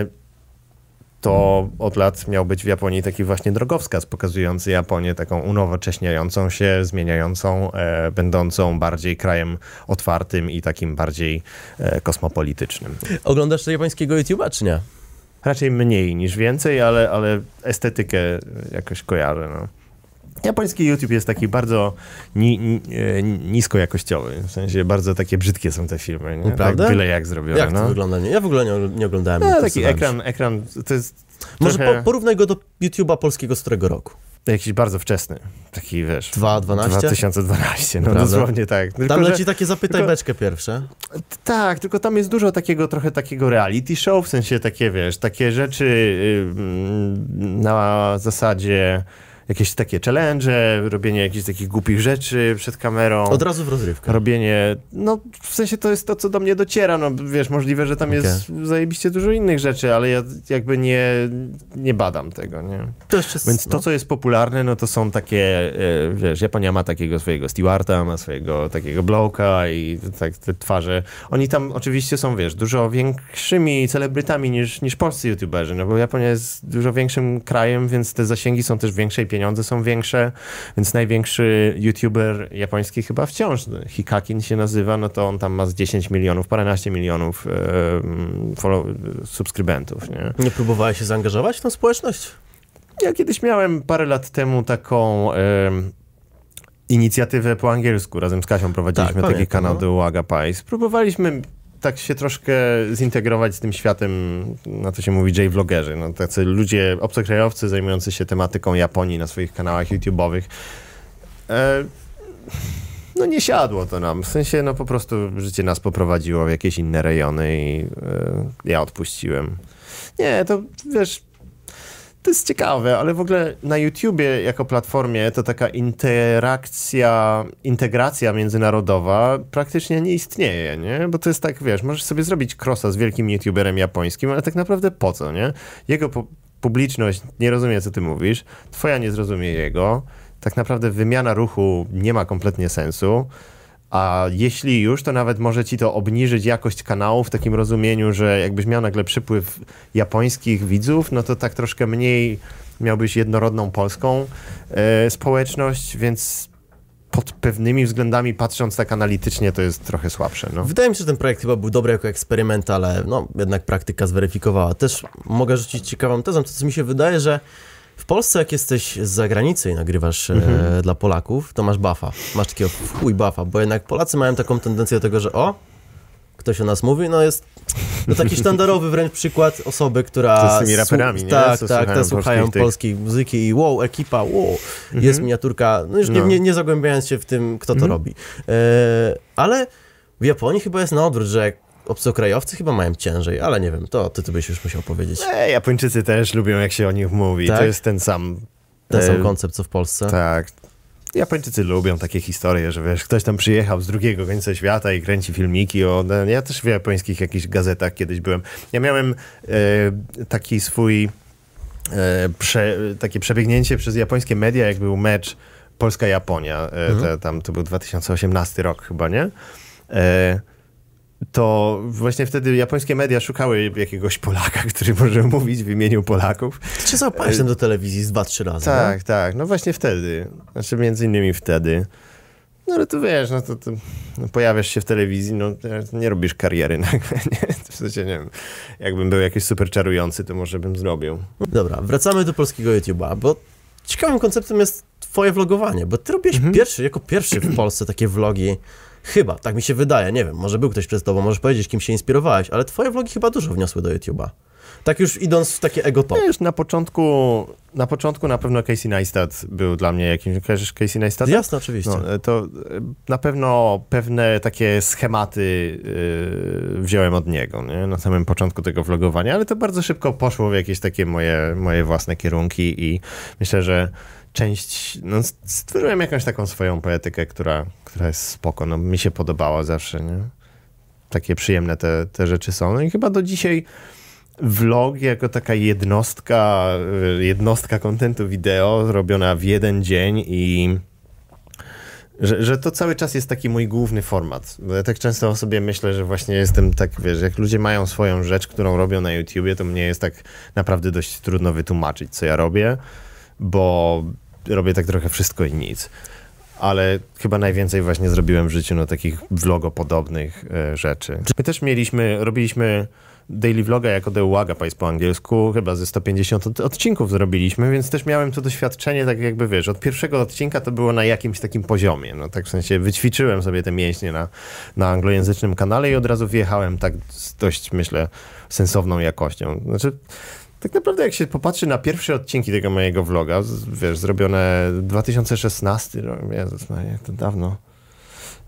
to od lat miał być w Japonii taki właśnie drogowskaz pokazujący Japonię taką unowocześniającą się, zmieniającą, e, będącą bardziej krajem otwartym i takim bardziej e, kosmopolitycznym. Oglądasz to japońskiego YouTube'a, czy nie? Raczej mniej niż więcej, ale, ale estetykę jakoś kojarzę, no. Japoński YouTube jest taki bardzo ni, ni, nisko jakościowy, w sensie bardzo takie brzydkie są te filmy, nie? Prawda? Tak byle jak zrobione. Jak to no. wygląda? Ja w ogóle nie, nie oglądałem. No, taki ekran, ekran, to jest Może trochę... po, porównaj go do YouTube'a polskiego z którego roku? Jakiś bardzo wczesny, taki wiesz... dwa dwanaście? dwa tysiące dwanaście, no Prawda? dosłownie tak. Tylko, tam leci że, takie zapytaj tylko, beczkę pierwsze. Tak, tylko tam jest dużo takiego, trochę takiego reality show, w sensie takie, wiesz, takie rzeczy yy, na zasadzie jakieś takie challenge, robienie jakichś takich głupich rzeczy przed kamerą. Od razu w rozrywkę. Robienie, no w sensie to jest to, co do mnie dociera, no wiesz, możliwe, że tam okay. jest zajebiście dużo innych rzeczy, ale ja jakby nie, nie badam tego, nie? To jest, Więc no. to, co jest popularne, no to są takie, wiesz, Japonia ma takiego swojego Stewarta, ma swojego takiego Blowka i tak te twarze. Oni tam oczywiście są, wiesz, dużo większymi celebrytami niż, niż polscy youtuberzy, no bo Japonia jest dużo większym krajem, więc te zasięgi są też większe i pieniądze są większe, więc największy youtuber japoński chyba wciąż, Hikakin się nazywa, no to on tam ma z dziesięć milionów, paręnaście milionów e, follow, subskrybentów, nie? Nie próbowałeś się zaangażować w tą społeczność? Ja kiedyś miałem parę lat temu taką e, inicjatywę po angielsku, razem z Kasią prowadziliśmy tak, taki kanał no. do Uwaga Pais. Próbowaliśmy tak się troszkę zintegrować z tym światem, na to się mówi J-vlogerzy, no tacy ludzie, obcokrajowcy zajmujący się tematyką Japonii na swoich kanałach YouTube'owych. E, no nie siadło to nam, w sensie no po prostu życie nas poprowadziło w jakieś inne rejony i e, ja odpuściłem. Nie, to wiesz, to jest ciekawe, ale w ogóle na YouTubie jako platformie to taka interakcja, integracja międzynarodowa praktycznie nie istnieje, nie? Bo to jest tak, wiesz, możesz sobie zrobić crossa z wielkim YouTuberem japońskim, ale tak naprawdę po co, nie? Jego pu- publiczność nie rozumie, co ty mówisz, twoja nie zrozumie jego, tak naprawdę wymiana ruchu nie ma kompletnie sensu. A jeśli już, to nawet może ci to obniżyć jakość kanału w takim rozumieniu, że jakbyś miał nagle przypływ japońskich widzów, no to tak troszkę mniej miałbyś jednorodną polską e, społeczność, więc pod pewnymi względami, patrząc tak analitycznie, to jest trochę słabsze. No. Wydaje mi się, że ten projekt chyba był dobry jako eksperyment, ale no, jednak praktyka zweryfikowała. Też mogę rzucić ciekawą tezą, to co mi się wydaje, że w Polsce, jak jesteś z zagranicy i nagrywasz mhm. e, dla Polaków, to masz buffa. Masz takiego chuj buffa, bo jednak Polacy mają taką tendencję do tego, że o, ktoś o nas mówi, no jest no taki sztandarowy wręcz przykład osoby, która... To z tymi raperami, nie? Tak, Co tak, słuchają te słuchają polskich polskiej tych... muzyki i wow, ekipa, wow, mhm. jest miniaturka, no już no. Nie, nie, nie zagłębiając się w tym, kto to mhm. robi. E, ale w Japonii chyba jest na odwrót, że obcokrajowcy chyba mają ciężej, ale nie wiem, to ty, ty byś już musiał powiedzieć. E, Japończycy też lubią, jak się o nich mówi. Tak? To jest ten sam... Ten sam koncept, co w Polsce. Tak. Japończycy lubią takie historie, że wiesz, ktoś tam przyjechał z drugiego końca świata i kręci filmiki o... Ja też w japońskich jakichś gazetach kiedyś byłem. Ja miałem e, taki swój... E, prze, takie przebiegnięcie przez japońskie media, jak był mecz Polska-Japonia. E, mhm. te, tam to był dwa tysiące osiemnasty rok chyba, nie? E, to właśnie wtedy japońskie media szukały jakiegoś Polaka, który może mówić w imieniu Polaków. Ty się zapałeś do telewizji z dwa, trzy razy. Tak, no? tak. No właśnie wtedy. Znaczy między innymi wtedy. No ale to wiesz, no to, to no, pojawiasz się w telewizji, no nie robisz kariery nagle, nie? W sensie, nie wiem, jakbym był jakiś super czarujący, to może bym zrobił. Dobra, wracamy do polskiego YouTube'a, bo ciekawym konceptem jest twoje vlogowanie, bo ty robiłeś mhm. pierwszy, jako pierwszy w Polsce takie vlogi. Chyba, tak mi się wydaje, nie wiem, może był ktoś przed tobą, możesz powiedzieć, kim się inspirowałeś, ale twoje vlogi chyba dużo wniosły do YouTube'a. Tak już idąc w takie ego top. Wiesz, na początku, na początku na pewno Casey Neistat był dla mnie jakimś, kojarzysz Casey Neistat? Jasne, oczywiście. No, to na pewno pewne takie schematy yy, wziąłem od niego, nie? Na samym początku tego vlogowania, ale to bardzo szybko poszło w jakieś takie moje, moje własne kierunki i myślę, że część, no stworzyłem jakąś taką swoją poetykę, która, która jest spoko, no mi się podobała zawsze, nie? Takie przyjemne te, te rzeczy są. No i chyba do dzisiaj vlog jako taka jednostka, jednostka kontentu wideo robiona w jeden dzień i że, że to cały czas jest taki mój główny format. Bo ja tak często o sobie myślę, że właśnie jestem tak, wiesz, jak ludzie mają swoją rzecz, którą robią na YouTubie, to mnie jest tak naprawdę dość trudno wytłumaczyć, co ja robię, bo robię tak trochę wszystko i nic. Ale chyba najwięcej właśnie zrobiłem w życiu, no takich vlogopodobnych e, rzeczy. My też mieliśmy, robiliśmy daily vloga jako The Uwaga Pais po angielsku, chyba ze sto pięćdziesiąt od, odcinków zrobiliśmy, więc też miałem to doświadczenie, tak jakby wiesz, od pierwszego odcinka to było na jakimś takim poziomie, no tak w sensie wyćwiczyłem sobie te mięśnie na, na anglojęzycznym kanale i od razu wjechałem tak z dość, myślę, sensowną jakością. Znaczy, tak naprawdę jak się popatrzy na pierwsze odcinki tego mojego vloga, wiesz, zrobione dwa tysiące szesnasty, no, Jezus Maria, to dawno,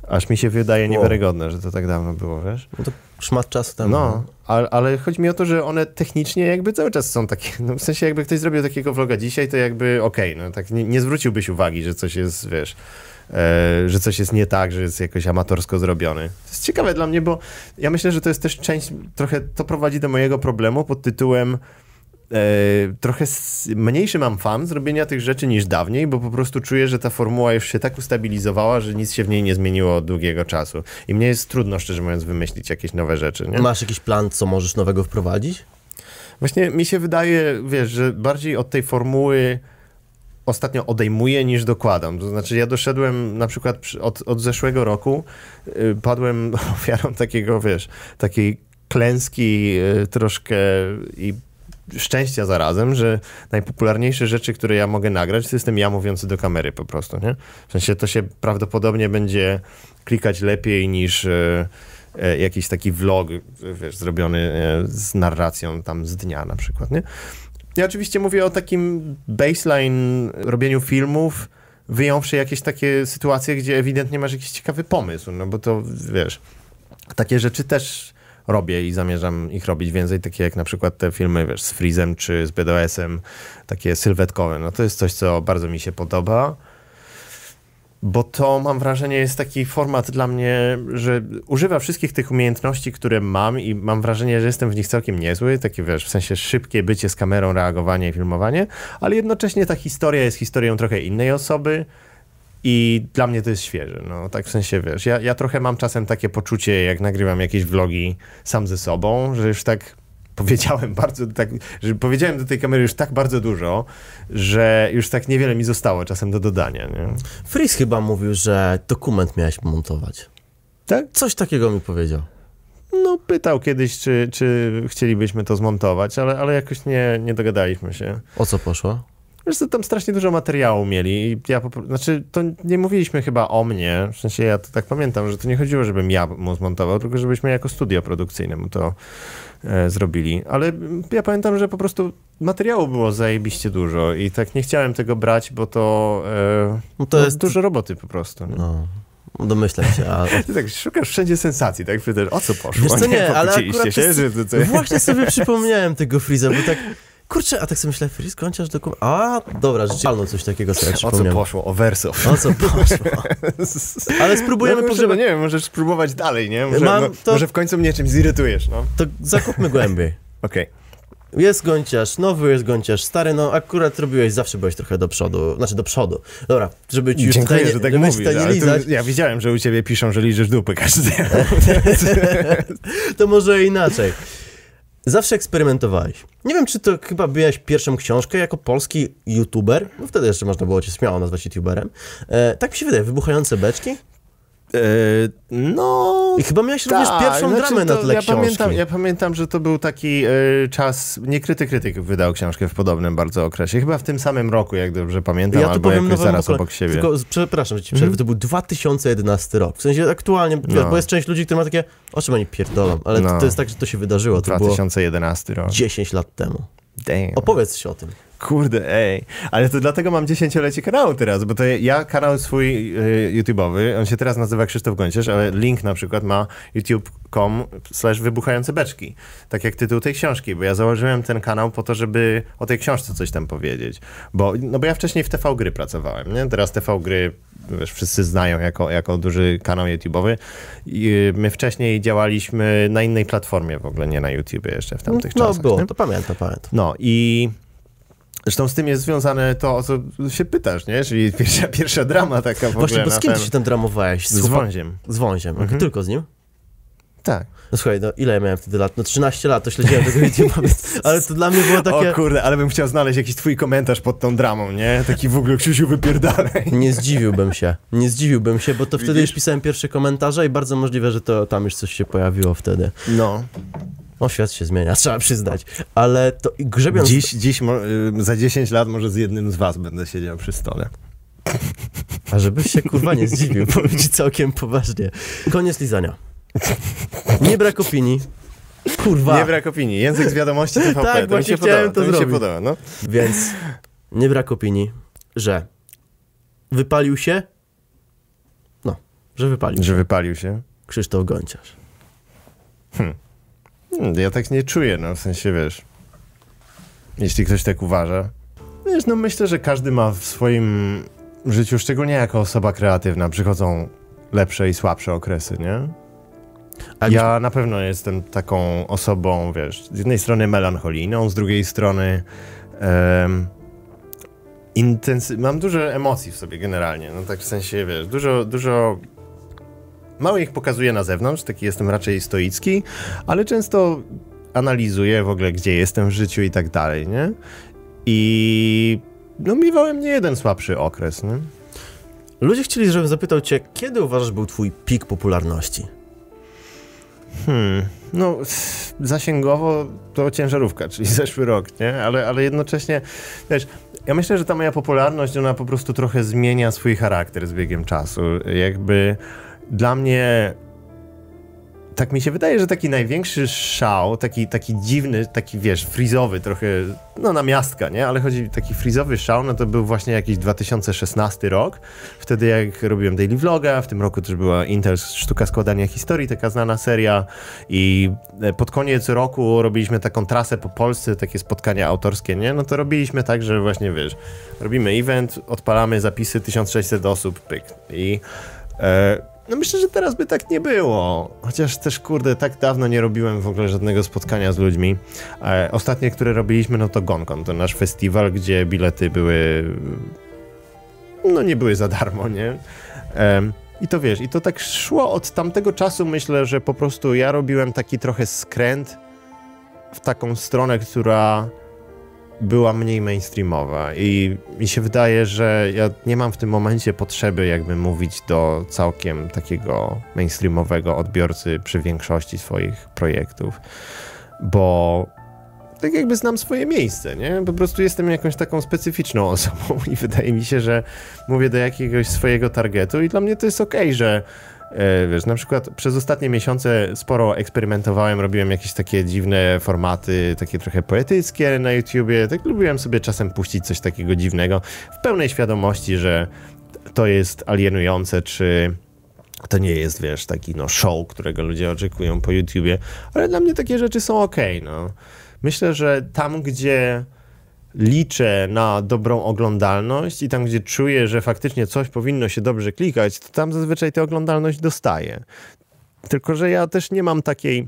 Aż mi się wydaje Wow. niewiarygodne, że to tak dawno było, wiesz? No to szmat czasu temu. No, ale, ale chodzi mi o to, że one technicznie jakby cały czas są takie, no w sensie jakby ktoś zrobił takiego vloga dzisiaj, to jakby okej, okay, no tak nie, nie zwróciłbyś uwagi, że coś jest, wiesz, e, że coś jest nie tak, że jest jakoś amatorsko zrobiony. To jest ciekawe dla mnie, bo ja myślę, że to jest też część, trochę to prowadzi do mojego problemu pod tytułem E, trochę s- mniejszy mam fan zrobienia tych rzeczy niż dawniej, bo po prostu czuję, że ta formuła już się tak ustabilizowała, że nic się w niej nie zmieniło od długiego czasu. I mnie jest trudno, szczerze mówiąc, wymyślić jakieś nowe rzeczy. Nie? Masz jakiś plan, co możesz nowego wprowadzić? Właśnie mi się wydaje, wiesz, że bardziej od tej formuły ostatnio odejmuję niż dokładam. To znaczy ja doszedłem na przykład przy- od, od zeszłego roku, y, padłem ofiarą takiego, wiesz, takiej klęski y, troszkę i szczęścia zarazem, że najpopularniejsze rzeczy, które ja mogę nagrać, to jestem ja mówiący do kamery po prostu, nie? W sensie to się prawdopodobnie będzie klikać lepiej niż e, e, jakiś taki vlog, wiesz, zrobiony e, z narracją tam z dnia na przykład, nie? Ja oczywiście mówię o takim baseline robieniu filmów, wyjąwszy jakieś takie sytuacje, gdzie ewidentnie masz jakiś ciekawy pomysł, no bo to, wiesz, takie rzeczy też robię i zamierzam ich robić więcej, takie jak na przykład te filmy, wiesz, z Freezem czy z B D O S-em, takie sylwetkowe. No to jest coś, co bardzo mi się podoba, bo to, mam wrażenie, jest taki format dla mnie, że używa wszystkich tych umiejętności, które mam i mam wrażenie, że jestem w nich całkiem niezły, takie, wiesz, w sensie szybkie bycie z kamerą, reagowanie i filmowanie, ale jednocześnie ta historia jest historią trochę innej osoby, i dla mnie to jest świeże, no tak w sensie, wiesz, ja, ja trochę mam czasem takie poczucie, jak nagrywam jakieś vlogi sam ze sobą, że już tak powiedziałem bardzo, tak, że powiedziałem do tej kamery już tak bardzo dużo, że już tak niewiele mi zostało czasem do dodania, nie? Freeze chyba mówił, że dokument miałeś montować. Tak? Coś takiego mi powiedział. No pytał kiedyś, czy, czy chcielibyśmy to zmontować, ale, ale jakoś nie, nie dogadaliśmy się. O co poszło? Wiesz co, tam strasznie dużo materiału mieli i ja po, znaczy to nie mówiliśmy chyba o mnie, w sensie ja to tak pamiętam, że to nie chodziło, żebym ja mu zmontował, tylko żebyśmy jako studio produkcyjne mu to e, zrobili, ale ja pamiętam, że po prostu materiału było zajebiście dużo i tak nie chciałem tego brać, bo to, e, No to no, jest... dużo roboty po prostu. Nie? No, domyślam się, a... Ty tak szukasz wszędzie sensacji, tak? Pytasz, o co poszło? Wiesz co, nie, ale Pokłóciliście akurat się, jest... że to, co... Właśnie sobie przypomniałem tego Freeza, bo tak... Kurczę, a tak sobie myślę, Freeze, kończysz dokument... A, dobra, rzeczywiście coś takiego sobie O co przypomniałem. poszło? O Wersow. O co poszło? Ale spróbujemy no, pogrzebać. Nie wiem, możesz spróbować dalej, nie? Może, Mam no, to- może w końcu mnie czymś zirytujesz, no. To zakupmy głębiej. Okej. Jest gąciarz, nowy jest gąciarz, stary, no akurat robiłeś, zawsze byłeś trochę do przodu, znaczy do przodu. Dobra, żeby ci już Dziękuję, tutaj, że tak żeby mówisz, tutaj nie ale lizać, tu, ja widziałem, że u ciebie piszą, że liżesz dupy każdy dzień. to może inaczej. Zawsze eksperymentowałeś. Nie wiem, czy to chyba byłeś pierwszą książkę jako polski youtuber, no wtedy jeszcze można było cię śmiało nazwać youtuberem. E, tak mi się wydaje, wybuchające beczki. E, no... I chyba miałeś również tak, pierwszą znaczy dramę na to tle ja książki. pamiętam, ja pamiętam, że to był taki e, czas, nie Kryty Krytyk wydał książkę w podobnym bardzo okresie, chyba w tym samym roku, jak dobrze pamiętam, Ja tu albo powiem jakoś nowemu zaraz pokole- obok siebie. Tylko, z- przepraszam, że ci przerwę, Mhm. to był dwa tysiące jedenasty rok. W sensie aktualnie, wiesz, No. bo jest część ludzi, które ma takie, o czym oni pierdolą, ale No. to, to jest tak, że to się wydarzyło, to dwa było tysiące jedenasty rok. dziesięć lat temu. Damn. Opowiedz się o tym. Kurde, ej. Ale to dlatego mam dziesięciolecie kanału teraz, bo to ja kanał swój y, YouTube'owy, on się teraz nazywa Krzysztof Gonciarz, ale link na przykład ma youtube kropka com slash wybuchające beczki. Tak jak tytuł tej książki, bo ja założyłem ten kanał po to, żeby o tej książce coś tam powiedzieć. Bo, no bo ja wcześniej w T V Gry pracowałem, nie? Teraz T V Gry, wiesz, wszyscy znają jako, jako duży kanał YouTube'owy. I my wcześniej działaliśmy na innej platformie w ogóle, nie na YouTubie jeszcze w tamtych No czasach. było, nie? to pamiętam, pamiętam. No i zresztą z tym jest związane to, o co się pytasz, nie? Czyli pierwsza, pierwsza drama taka w Właśnie, ogóle bo na z kim ty ten... się tam dramowałeś? Z chłopa- Wąziem. Z Wąziem, Mhm. okay, tylko z nim? Tak. No słuchaj, no ile ja miałem wtedy lat? No trzynaście lat, to śledziłem tego YouTube'a, więc- ale to dla mnie było takie... O kurde, ale bym chciał znaleźć jakiś twój komentarz pod tą dramą, nie? Taki w ogóle Krzysiu wypierdalaj. Nie zdziwiłbym się, nie zdziwiłbym się, bo to wtedy Widzisz? już pisałem pierwsze komentarze i bardzo możliwe, że to tam już coś się pojawiło wtedy. No. O, świat się zmienia, trzeba przyznać. Ale to i grzebiąc... Dziś, dziś mo- y, za dziesięć lat może z jednym z was będę siedział przy stole. A żebyś się kurwa nie zdziwił, powiem ci całkiem poważnie. Koniec lizania. Nie brak opinii. Kurwa. Nie brak opinii. Język z wiadomości T V P. Tak, to mi właśnie się chciałem podoba. to To mi się zrobić. podoba, no. Więc nie brak opinii, że wypalił się, no, Że wypalił Że się. wypalił się? Krzysztof Gonciarz. Hmm. Ja tak nie czuję, no w sensie, wiesz, jeśli ktoś tak uważa. Wiesz, no myślę, że każdy ma w swoim życiu, szczególnie jako osoba kreatywna, przychodzą lepsze i słabsze okresy, nie? A ja byś... na pewno jestem taką osobą, wiesz, z jednej strony melancholijną, z drugiej strony um, intensy... mam dużo emocji w sobie generalnie, no tak w sensie, wiesz, dużo, dużo mało ich pokazuję na zewnątrz, taki jestem raczej stoicki, ale często analizuję w ogóle, gdzie jestem w życiu i tak dalej, nie? I no miewałem nie jeden słabszy okres, nie? Ludzie chcieli, żebym zapytał cię, kiedy uważasz był twój pik popularności? Hmm, no zasięgowo to ciężarówka, czyli zeszły rok, nie? Ale, ale jednocześnie, wiesz, ja myślę, że ta moja popularność, ona po prostu trochę zmienia swój charakter z biegiem czasu. Jakby dla mnie, tak mi się wydaje, że taki największy szał, taki, taki dziwny, taki wiesz, frizowy trochę, no namiastka, nie? Ale chodzi taki frizowy szał, no to był właśnie jakiś dwa tysiące szesnasty rok, wtedy jak robiłem Daily Vloga, w tym roku też była Intel Sztuka Składania Historii, taka znana seria i pod koniec roku robiliśmy taką trasę po Polsce, takie spotkania autorskie, nie? No to robiliśmy tak, że właśnie, wiesz, robimy event, odpalamy zapisy, tysiąc sześćset osób, pyk. I e, no myślę, że teraz by tak nie było, chociaż też, kurde, tak dawno nie robiłem w ogóle żadnego spotkania z ludźmi. E, ostatnie, które robiliśmy, no to GonCon, to nasz festiwal, gdzie bilety były, no nie były za darmo, nie? E, I to wiesz, i to tak szło od tamtego czasu, myślę, że po prostu ja robiłem taki trochę skręt w taką stronę, która była mniej mainstreamowa i mi się wydaje, że ja nie mam w tym momencie potrzeby jakby mówić do całkiem takiego mainstreamowego odbiorcy przy większości swoich projektów, bo tak jakby znam swoje miejsce, nie? Po prostu jestem jakąś taką specyficzną osobą i wydaje mi się, że mówię do jakiegoś swojego targetu i dla mnie to jest okej, że E, wiesz, na przykład przez ostatnie miesiące sporo eksperymentowałem, robiłem jakieś takie dziwne formaty, takie trochę poetyckie na YouTubie, tak lubiłem sobie czasem puścić coś takiego dziwnego, w pełnej świadomości, że to jest alienujące, czy to nie jest, wiesz, taki no show, którego ludzie oczekują po YouTubie, ale dla mnie takie rzeczy są okej, no. Myślę, że tam, gdzie liczę na dobrą oglądalność i tam, gdzie czuję, że faktycznie coś powinno się dobrze klikać, to tam zazwyczaj tę oglądalność dostaję. Tylko że ja też nie mam takiej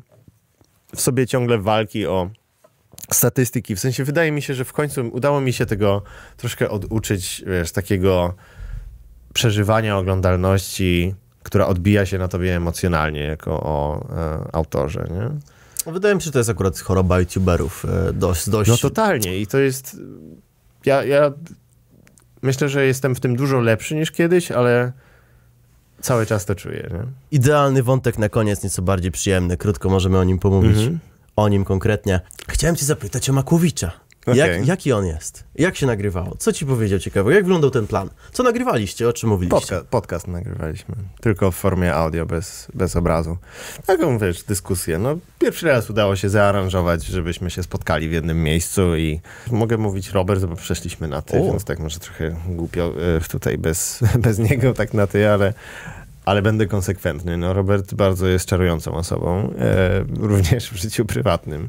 w sobie ciągle walki o statystyki. W sensie wydaje mi się, że w końcu udało mi się tego troszkę oduczyć, wiesz, takiego przeżywania oglądalności, która odbija się na tobie emocjonalnie jako o e, autorze, nie? Wydaje mi się, że to jest akurat choroba youtuberów. Dość, dość... No totalnie i to jest... Ja, ja myślę, że jestem w tym dużo lepszy niż kiedyś, ale cały czas to czuję. Nie? Idealny wątek na koniec, nieco bardziej przyjemny. Krótko możemy o nim pomówić. Mm-hmm. O nim konkretnie. Chciałem cię zapytać o Makłowicza. Okay. Jak, jaki on jest? Jak się nagrywało? Co ci powiedział ciekawe? Jak wyglądał ten plan? Co nagrywaliście? O czym mówiliście? Podca- podcast nagrywaliśmy. Tylko w formie audio, bez, bez obrazu. Taką, wiesz, dyskusję. No, pierwszy raz udało się zaaranżować, żebyśmy się spotkali w jednym miejscu i mogę mówić Robert, bo przeszliśmy na ty, o. Więc tak może trochę głupio tutaj bez, bez niego tak na ty, ale... Ale będę konsekwentny. No, Robert bardzo jest czarującą osobą, e, również w życiu prywatnym.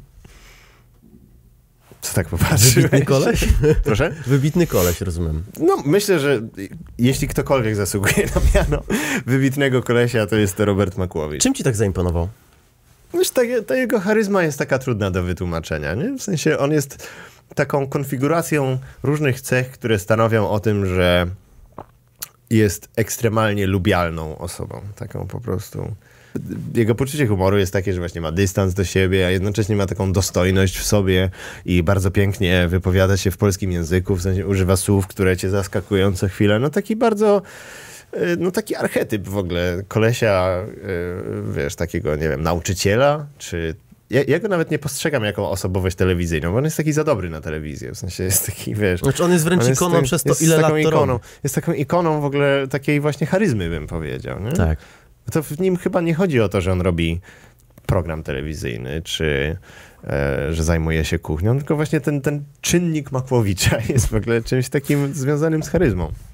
Co tak popatrzyłeś? Wybitny koleś? Proszę? Wybitny koleś, rozumiem. No, myślę, że jeśli ktokolwiek zasługuje na miano wybitnego kolesia, to jest to Robert Makłowicz. Czym ci tak zaimponował? Wiesz, ta, ta jego charyzma jest taka trudna do wytłumaczenia, nie? W sensie on jest taką konfiguracją różnych cech, które stanowią o tym, że jest ekstremalnie lubialną osobą. Taką po prostu... Jego poczucie humoru jest takie, że właśnie ma dystans do siebie, a jednocześnie ma taką dostojność w sobie i bardzo pięknie wypowiada się w polskim języku, w sensie używa słów, które cię zaskakują co chwilę. No taki bardzo, no taki archetyp w ogóle kolesia, wiesz, takiego, nie wiem, nauczyciela, czy... Ja, ja go nawet nie postrzegam jako osobowość telewizyjną, bo on jest taki za dobry na telewizję, w sensie jest taki, wiesz... Znaczy on jest wręcz on ikoną jest, przez to, ile lat to ikoną, robi. Jest taką ikoną w ogóle takiej właśnie charyzmy, bym powiedział, nie? Tak. To w nim chyba nie chodzi o to, że on robi program telewizyjny, czy e, że zajmuje się kuchnią, tylko właśnie ten, ten czynnik Makłowicza jest w ogóle czymś takim związanym z charyzmą.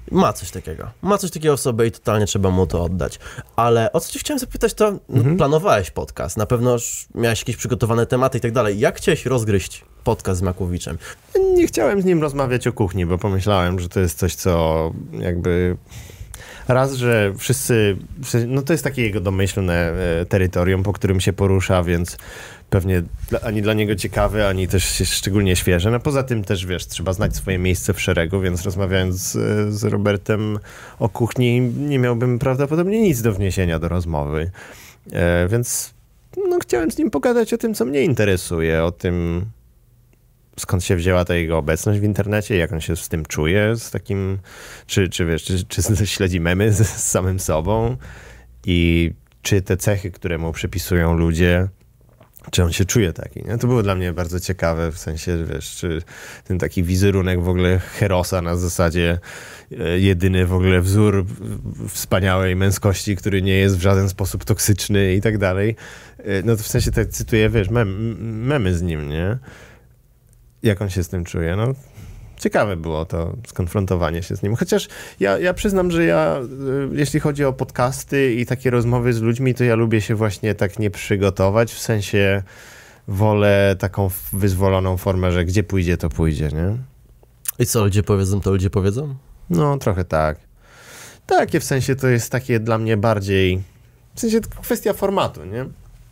Ma coś takiego. Ma coś takiego w sobie i totalnie trzeba mu to oddać. Ale o co ci chciałem zapytać, to mhm. planowałeś podcast, na pewno miałeś jakieś przygotowane tematy i tak dalej. Jak chciałeś rozgryźć podcast z Makowiczem? Nie chciałem z nim rozmawiać o kuchni, bo pomyślałem, że to jest coś, co jakby... Raz, że wszyscy, no to jest takie jego domyślne terytorium, po którym się porusza, więc pewnie dla, ani dla niego ciekawe, ani też szczególnie świeże. No poza tym też, wiesz, trzeba znać swoje miejsce w szeregu, więc rozmawiając z, z Robertem o kuchni, nie miałbym prawdopodobnie nic do wniesienia do rozmowy. E, więc no, chciałem z nim pogadać o tym, co mnie interesuje, o tym, skąd się wzięła ta jego obecność w internecie, jak on się z tym czuje, z takim, czy, czy wiesz, czy, czy śledzi memy z, z samym sobą i czy te cechy, które mu przypisują ludzie, czy on się czuje taki, nie? To było dla mnie bardzo ciekawe, w sensie, wiesz, czy ten taki wizerunek w ogóle herosa na zasadzie e, jedyny w ogóle wzór wspaniałej męskości, który nie jest w żaden sposób toksyczny i tak dalej. E, no to w sensie tak cytuję, wiesz, mem, memy z nim, nie? Jak on się z tym czuje, no ciekawe było to skonfrontowanie się z nim. Chociaż ja, ja przyznam, że ja, jeśli chodzi o podcasty i takie rozmowy z ludźmi, to ja lubię się właśnie tak nie przygotować, w sensie wolę taką wyzwoloną formę, że gdzie pójdzie, to pójdzie, nie? I co ludzie powiedzą, to ludzie powiedzą? No, trochę tak. Takie w sensie to jest takie dla mnie bardziej, w sensie kwestia formatu, nie?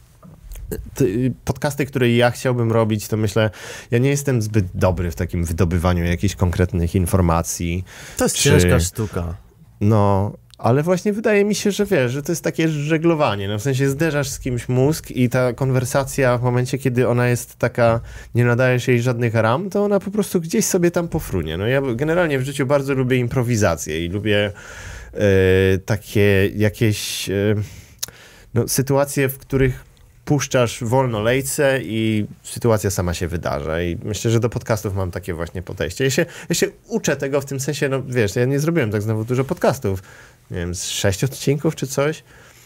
Podcasty, które ja chciałbym robić, to myślę, ja nie jestem zbyt dobry w takim wydobywaniu jakichś konkretnych informacji. To jest czy... ciężka sztuka. No, ale właśnie wydaje mi się, że wiesz, że to jest takie żeglowanie, no w sensie zderzasz z kimś mózg i ta konwersacja w momencie, kiedy ona jest taka, nie nadajesz jej żadnych ram, to ona po prostu gdzieś sobie tam pofrunie. No ja generalnie w życiu bardzo lubię improwizację i lubię e, takie jakieś e, no, sytuacje, w których puszczasz wolno lejce i sytuacja sama się wydarza. I myślę, że do podcastów mam takie właśnie podejście. Ja się, ja się uczę tego w tym sensie, no wiesz, ja nie zrobiłem tak znowu dużo podcastów. Nie wiem, z sześć odcinków czy coś.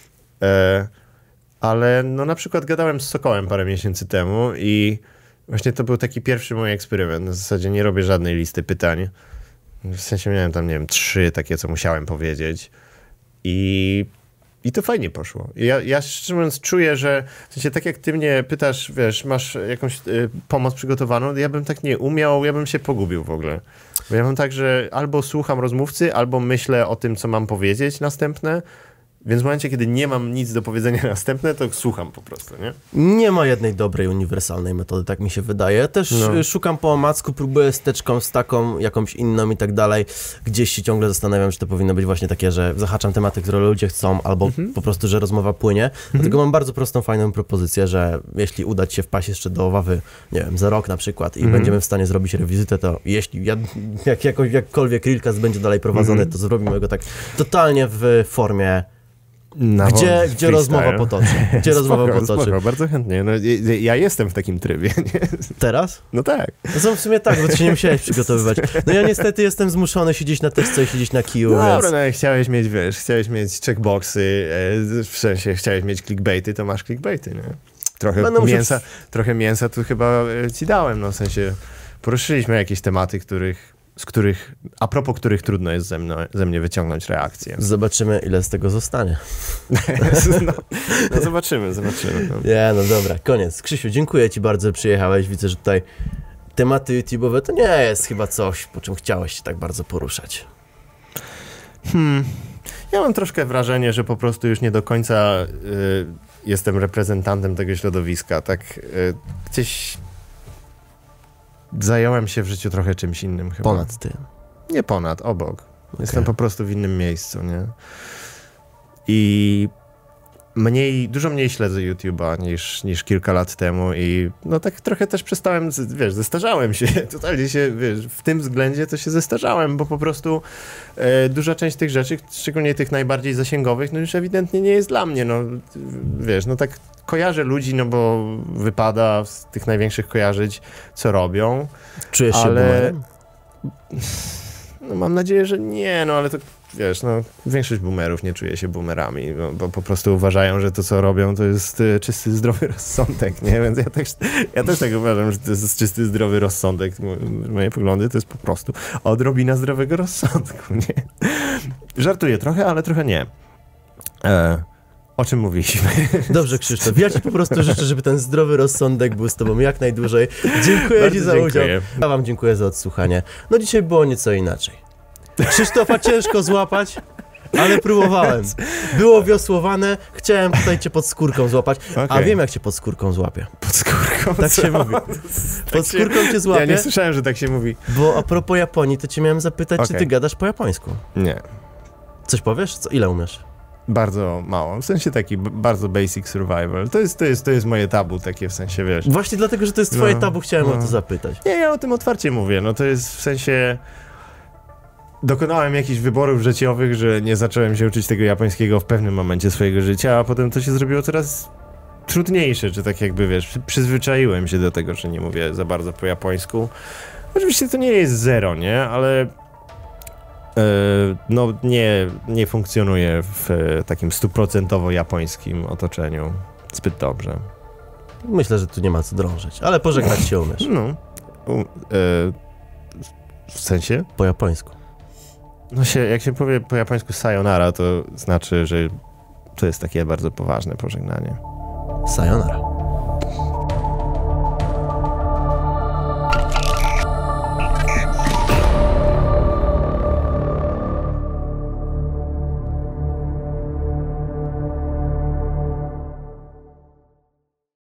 E, ale no na przykład gadałem z Sokołem parę miesięcy temu i właśnie to był taki pierwszy mój eksperyment. Na zasadzie nie robię żadnej listy pytań. W sensie miałem tam, nie wiem, trzy takie, co musiałem powiedzieć. I I to fajnie poszło. Ja, ja szczerze mówiąc czuję, że w sensie tak jak ty mnie pytasz, wiesz, masz jakąś y, pomoc przygotowaną, ja bym tak nie umiał, ja bym się pogubił w ogóle. Bo ja mam tak, że albo słucham rozmówcy, albo myślę o tym, co mam powiedzieć następne, więc w momencie, kiedy nie mam nic do powiedzenia następne, to słucham po prostu, nie? Nie ma jednej dobrej, uniwersalnej metody, tak mi się wydaje. Też no. szukam po omacku, próbuję z teczką, z taką, jakąś inną i tak dalej. Gdzieś się ciągle zastanawiam, czy to powinno być właśnie takie, że zahaczam tematy, które ludzie chcą, albo mhm. po prostu, że rozmowa płynie. Mhm. Dlatego mam bardzo prostą, fajną propozycję, że jeśli uda ci się wpaść jeszcze do Wawy, nie wiem, za rok na przykład i mhm. będziemy w stanie zrobić rewizytę, to jeśli ja, jak, jakoś, jakkolwiek Realcast będzie dalej prowadzony, mhm. to zrobimy go tak totalnie w formie Na gdzie, gdzie rozmowa potoczy? Gdzie spoko, rozmowa potoczy? Spoko, bardzo chętnie. No, ja, ja jestem w takim trybie. Nie? Teraz? No tak. No w sumie tak, bo ty się nie musiałeś przygotowywać. No ja niestety jestem zmuszony siedzieć na teczce i siedzieć na kiju. No więc... dobra, no chciałeś mieć, wiesz, chciałeś mieć checkboxy, w sensie chciałeś mieć clickbaity, to masz clickbaity, nie? Trochę Będę mięsa, musiał... trochę mięsa tu chyba ci dałem, no w sensie poruszyliśmy jakieś tematy, których z których, a propos których trudno jest ze, mną, ze mnie wyciągnąć reakcję. Zobaczymy, ile z tego zostanie. no, no zobaczymy, zobaczymy. No. Nie, no dobra, koniec. Krzysiu, dziękuję ci bardzo, że przyjechałeś. Widzę, że tutaj tematy YouTube'owe to nie jest chyba coś, po czym chciałeś się tak bardzo poruszać. Hmm. Ja mam troszkę wrażenie, że po prostu już nie do końca y, jestem reprezentantem tego środowiska. Tak y, gdzieś zająłem się w życiu trochę czymś innym chyba. Ponad tym. Nie ponad, obok. Okay. Jestem po prostu w innym miejscu, nie? I mniej, dużo mniej śledzę YouTube'a niż, niż kilka lat temu i no tak trochę też przestałem, wiesz, zestarzałem się, totalnie się, wiesz, w tym względzie to się zestarzałem, bo po prostu e, duża część tych rzeczy, szczególnie tych najbardziej zasięgowych, no już ewidentnie nie jest dla mnie, no wiesz, no tak kojarzę ludzi, no bo wypada z tych największych kojarzyć, co robią. Czujesz się ale... boomerem? No mam nadzieję, że nie, no ale to wiesz, no większość boomerów nie czuje się boomerami, bo, bo po prostu uważają, że to co robią to jest y, czysty, zdrowy rozsądek, nie? Więc ja też, ja też tak uważam, że to jest czysty, zdrowy rozsądek. Moje poglądy to jest po prostu odrobina zdrowego rozsądku, nie? Żartuję trochę, ale trochę nie. E, o czym mówiliśmy? Dobrze, Krzysztof, ja ci po prostu życzę, żeby ten zdrowy rozsądek był z tobą jak najdłużej. Dziękuję Bardzo ci za dziękuję. udział. Ja wam dziękuję za odsłuchanie. No dzisiaj było nieco inaczej. Krzysztofa ciężko złapać, ale próbowałem. Było wiosłowane, chciałem tutaj cię pod skórką złapać, a Okej. wiem jak cię pod skórką złapię. Pod skórką? Tak co? się mówi. Pod skórką cię Ja złapię, nie słyszałem, że tak się mówi. bo a propos Japonii, to cię miałem zapytać, czy Okej. ty gadasz po japońsku. Nie. Coś powiesz? Co, ile umiesz? Bardzo mało. W sensie taki b- bardzo basic survival. To jest, to, jest, to jest moje tabu takie w sensie, wiesz. Właśnie dlatego, że to jest twoje No, tabu, chciałem no. o to zapytać. Nie, ja o tym otwarcie mówię. No to jest w sensie... Dokonałem jakichś wyborów życiowych, że nie zacząłem się uczyć tego japońskiego w pewnym momencie swojego życia, a potem to się zrobiło coraz trudniejsze, czy tak jakby, wiesz, przy- przyzwyczaiłem się do tego, że nie mówię za bardzo po japońsku. Oczywiście to nie jest zero, nie? Ale e, no nie, nie funkcjonuje w e, takim stuprocentowo japońskim otoczeniu zbyt dobrze. Myślę, że tu nie ma co drążyć, ale pożegnać się umiesz. No. U, e, w sensie? Po japońsku. No się, jak się powie po japońsku sayonara, to znaczy, że to jest takie bardzo poważne pożegnanie. Sayonara.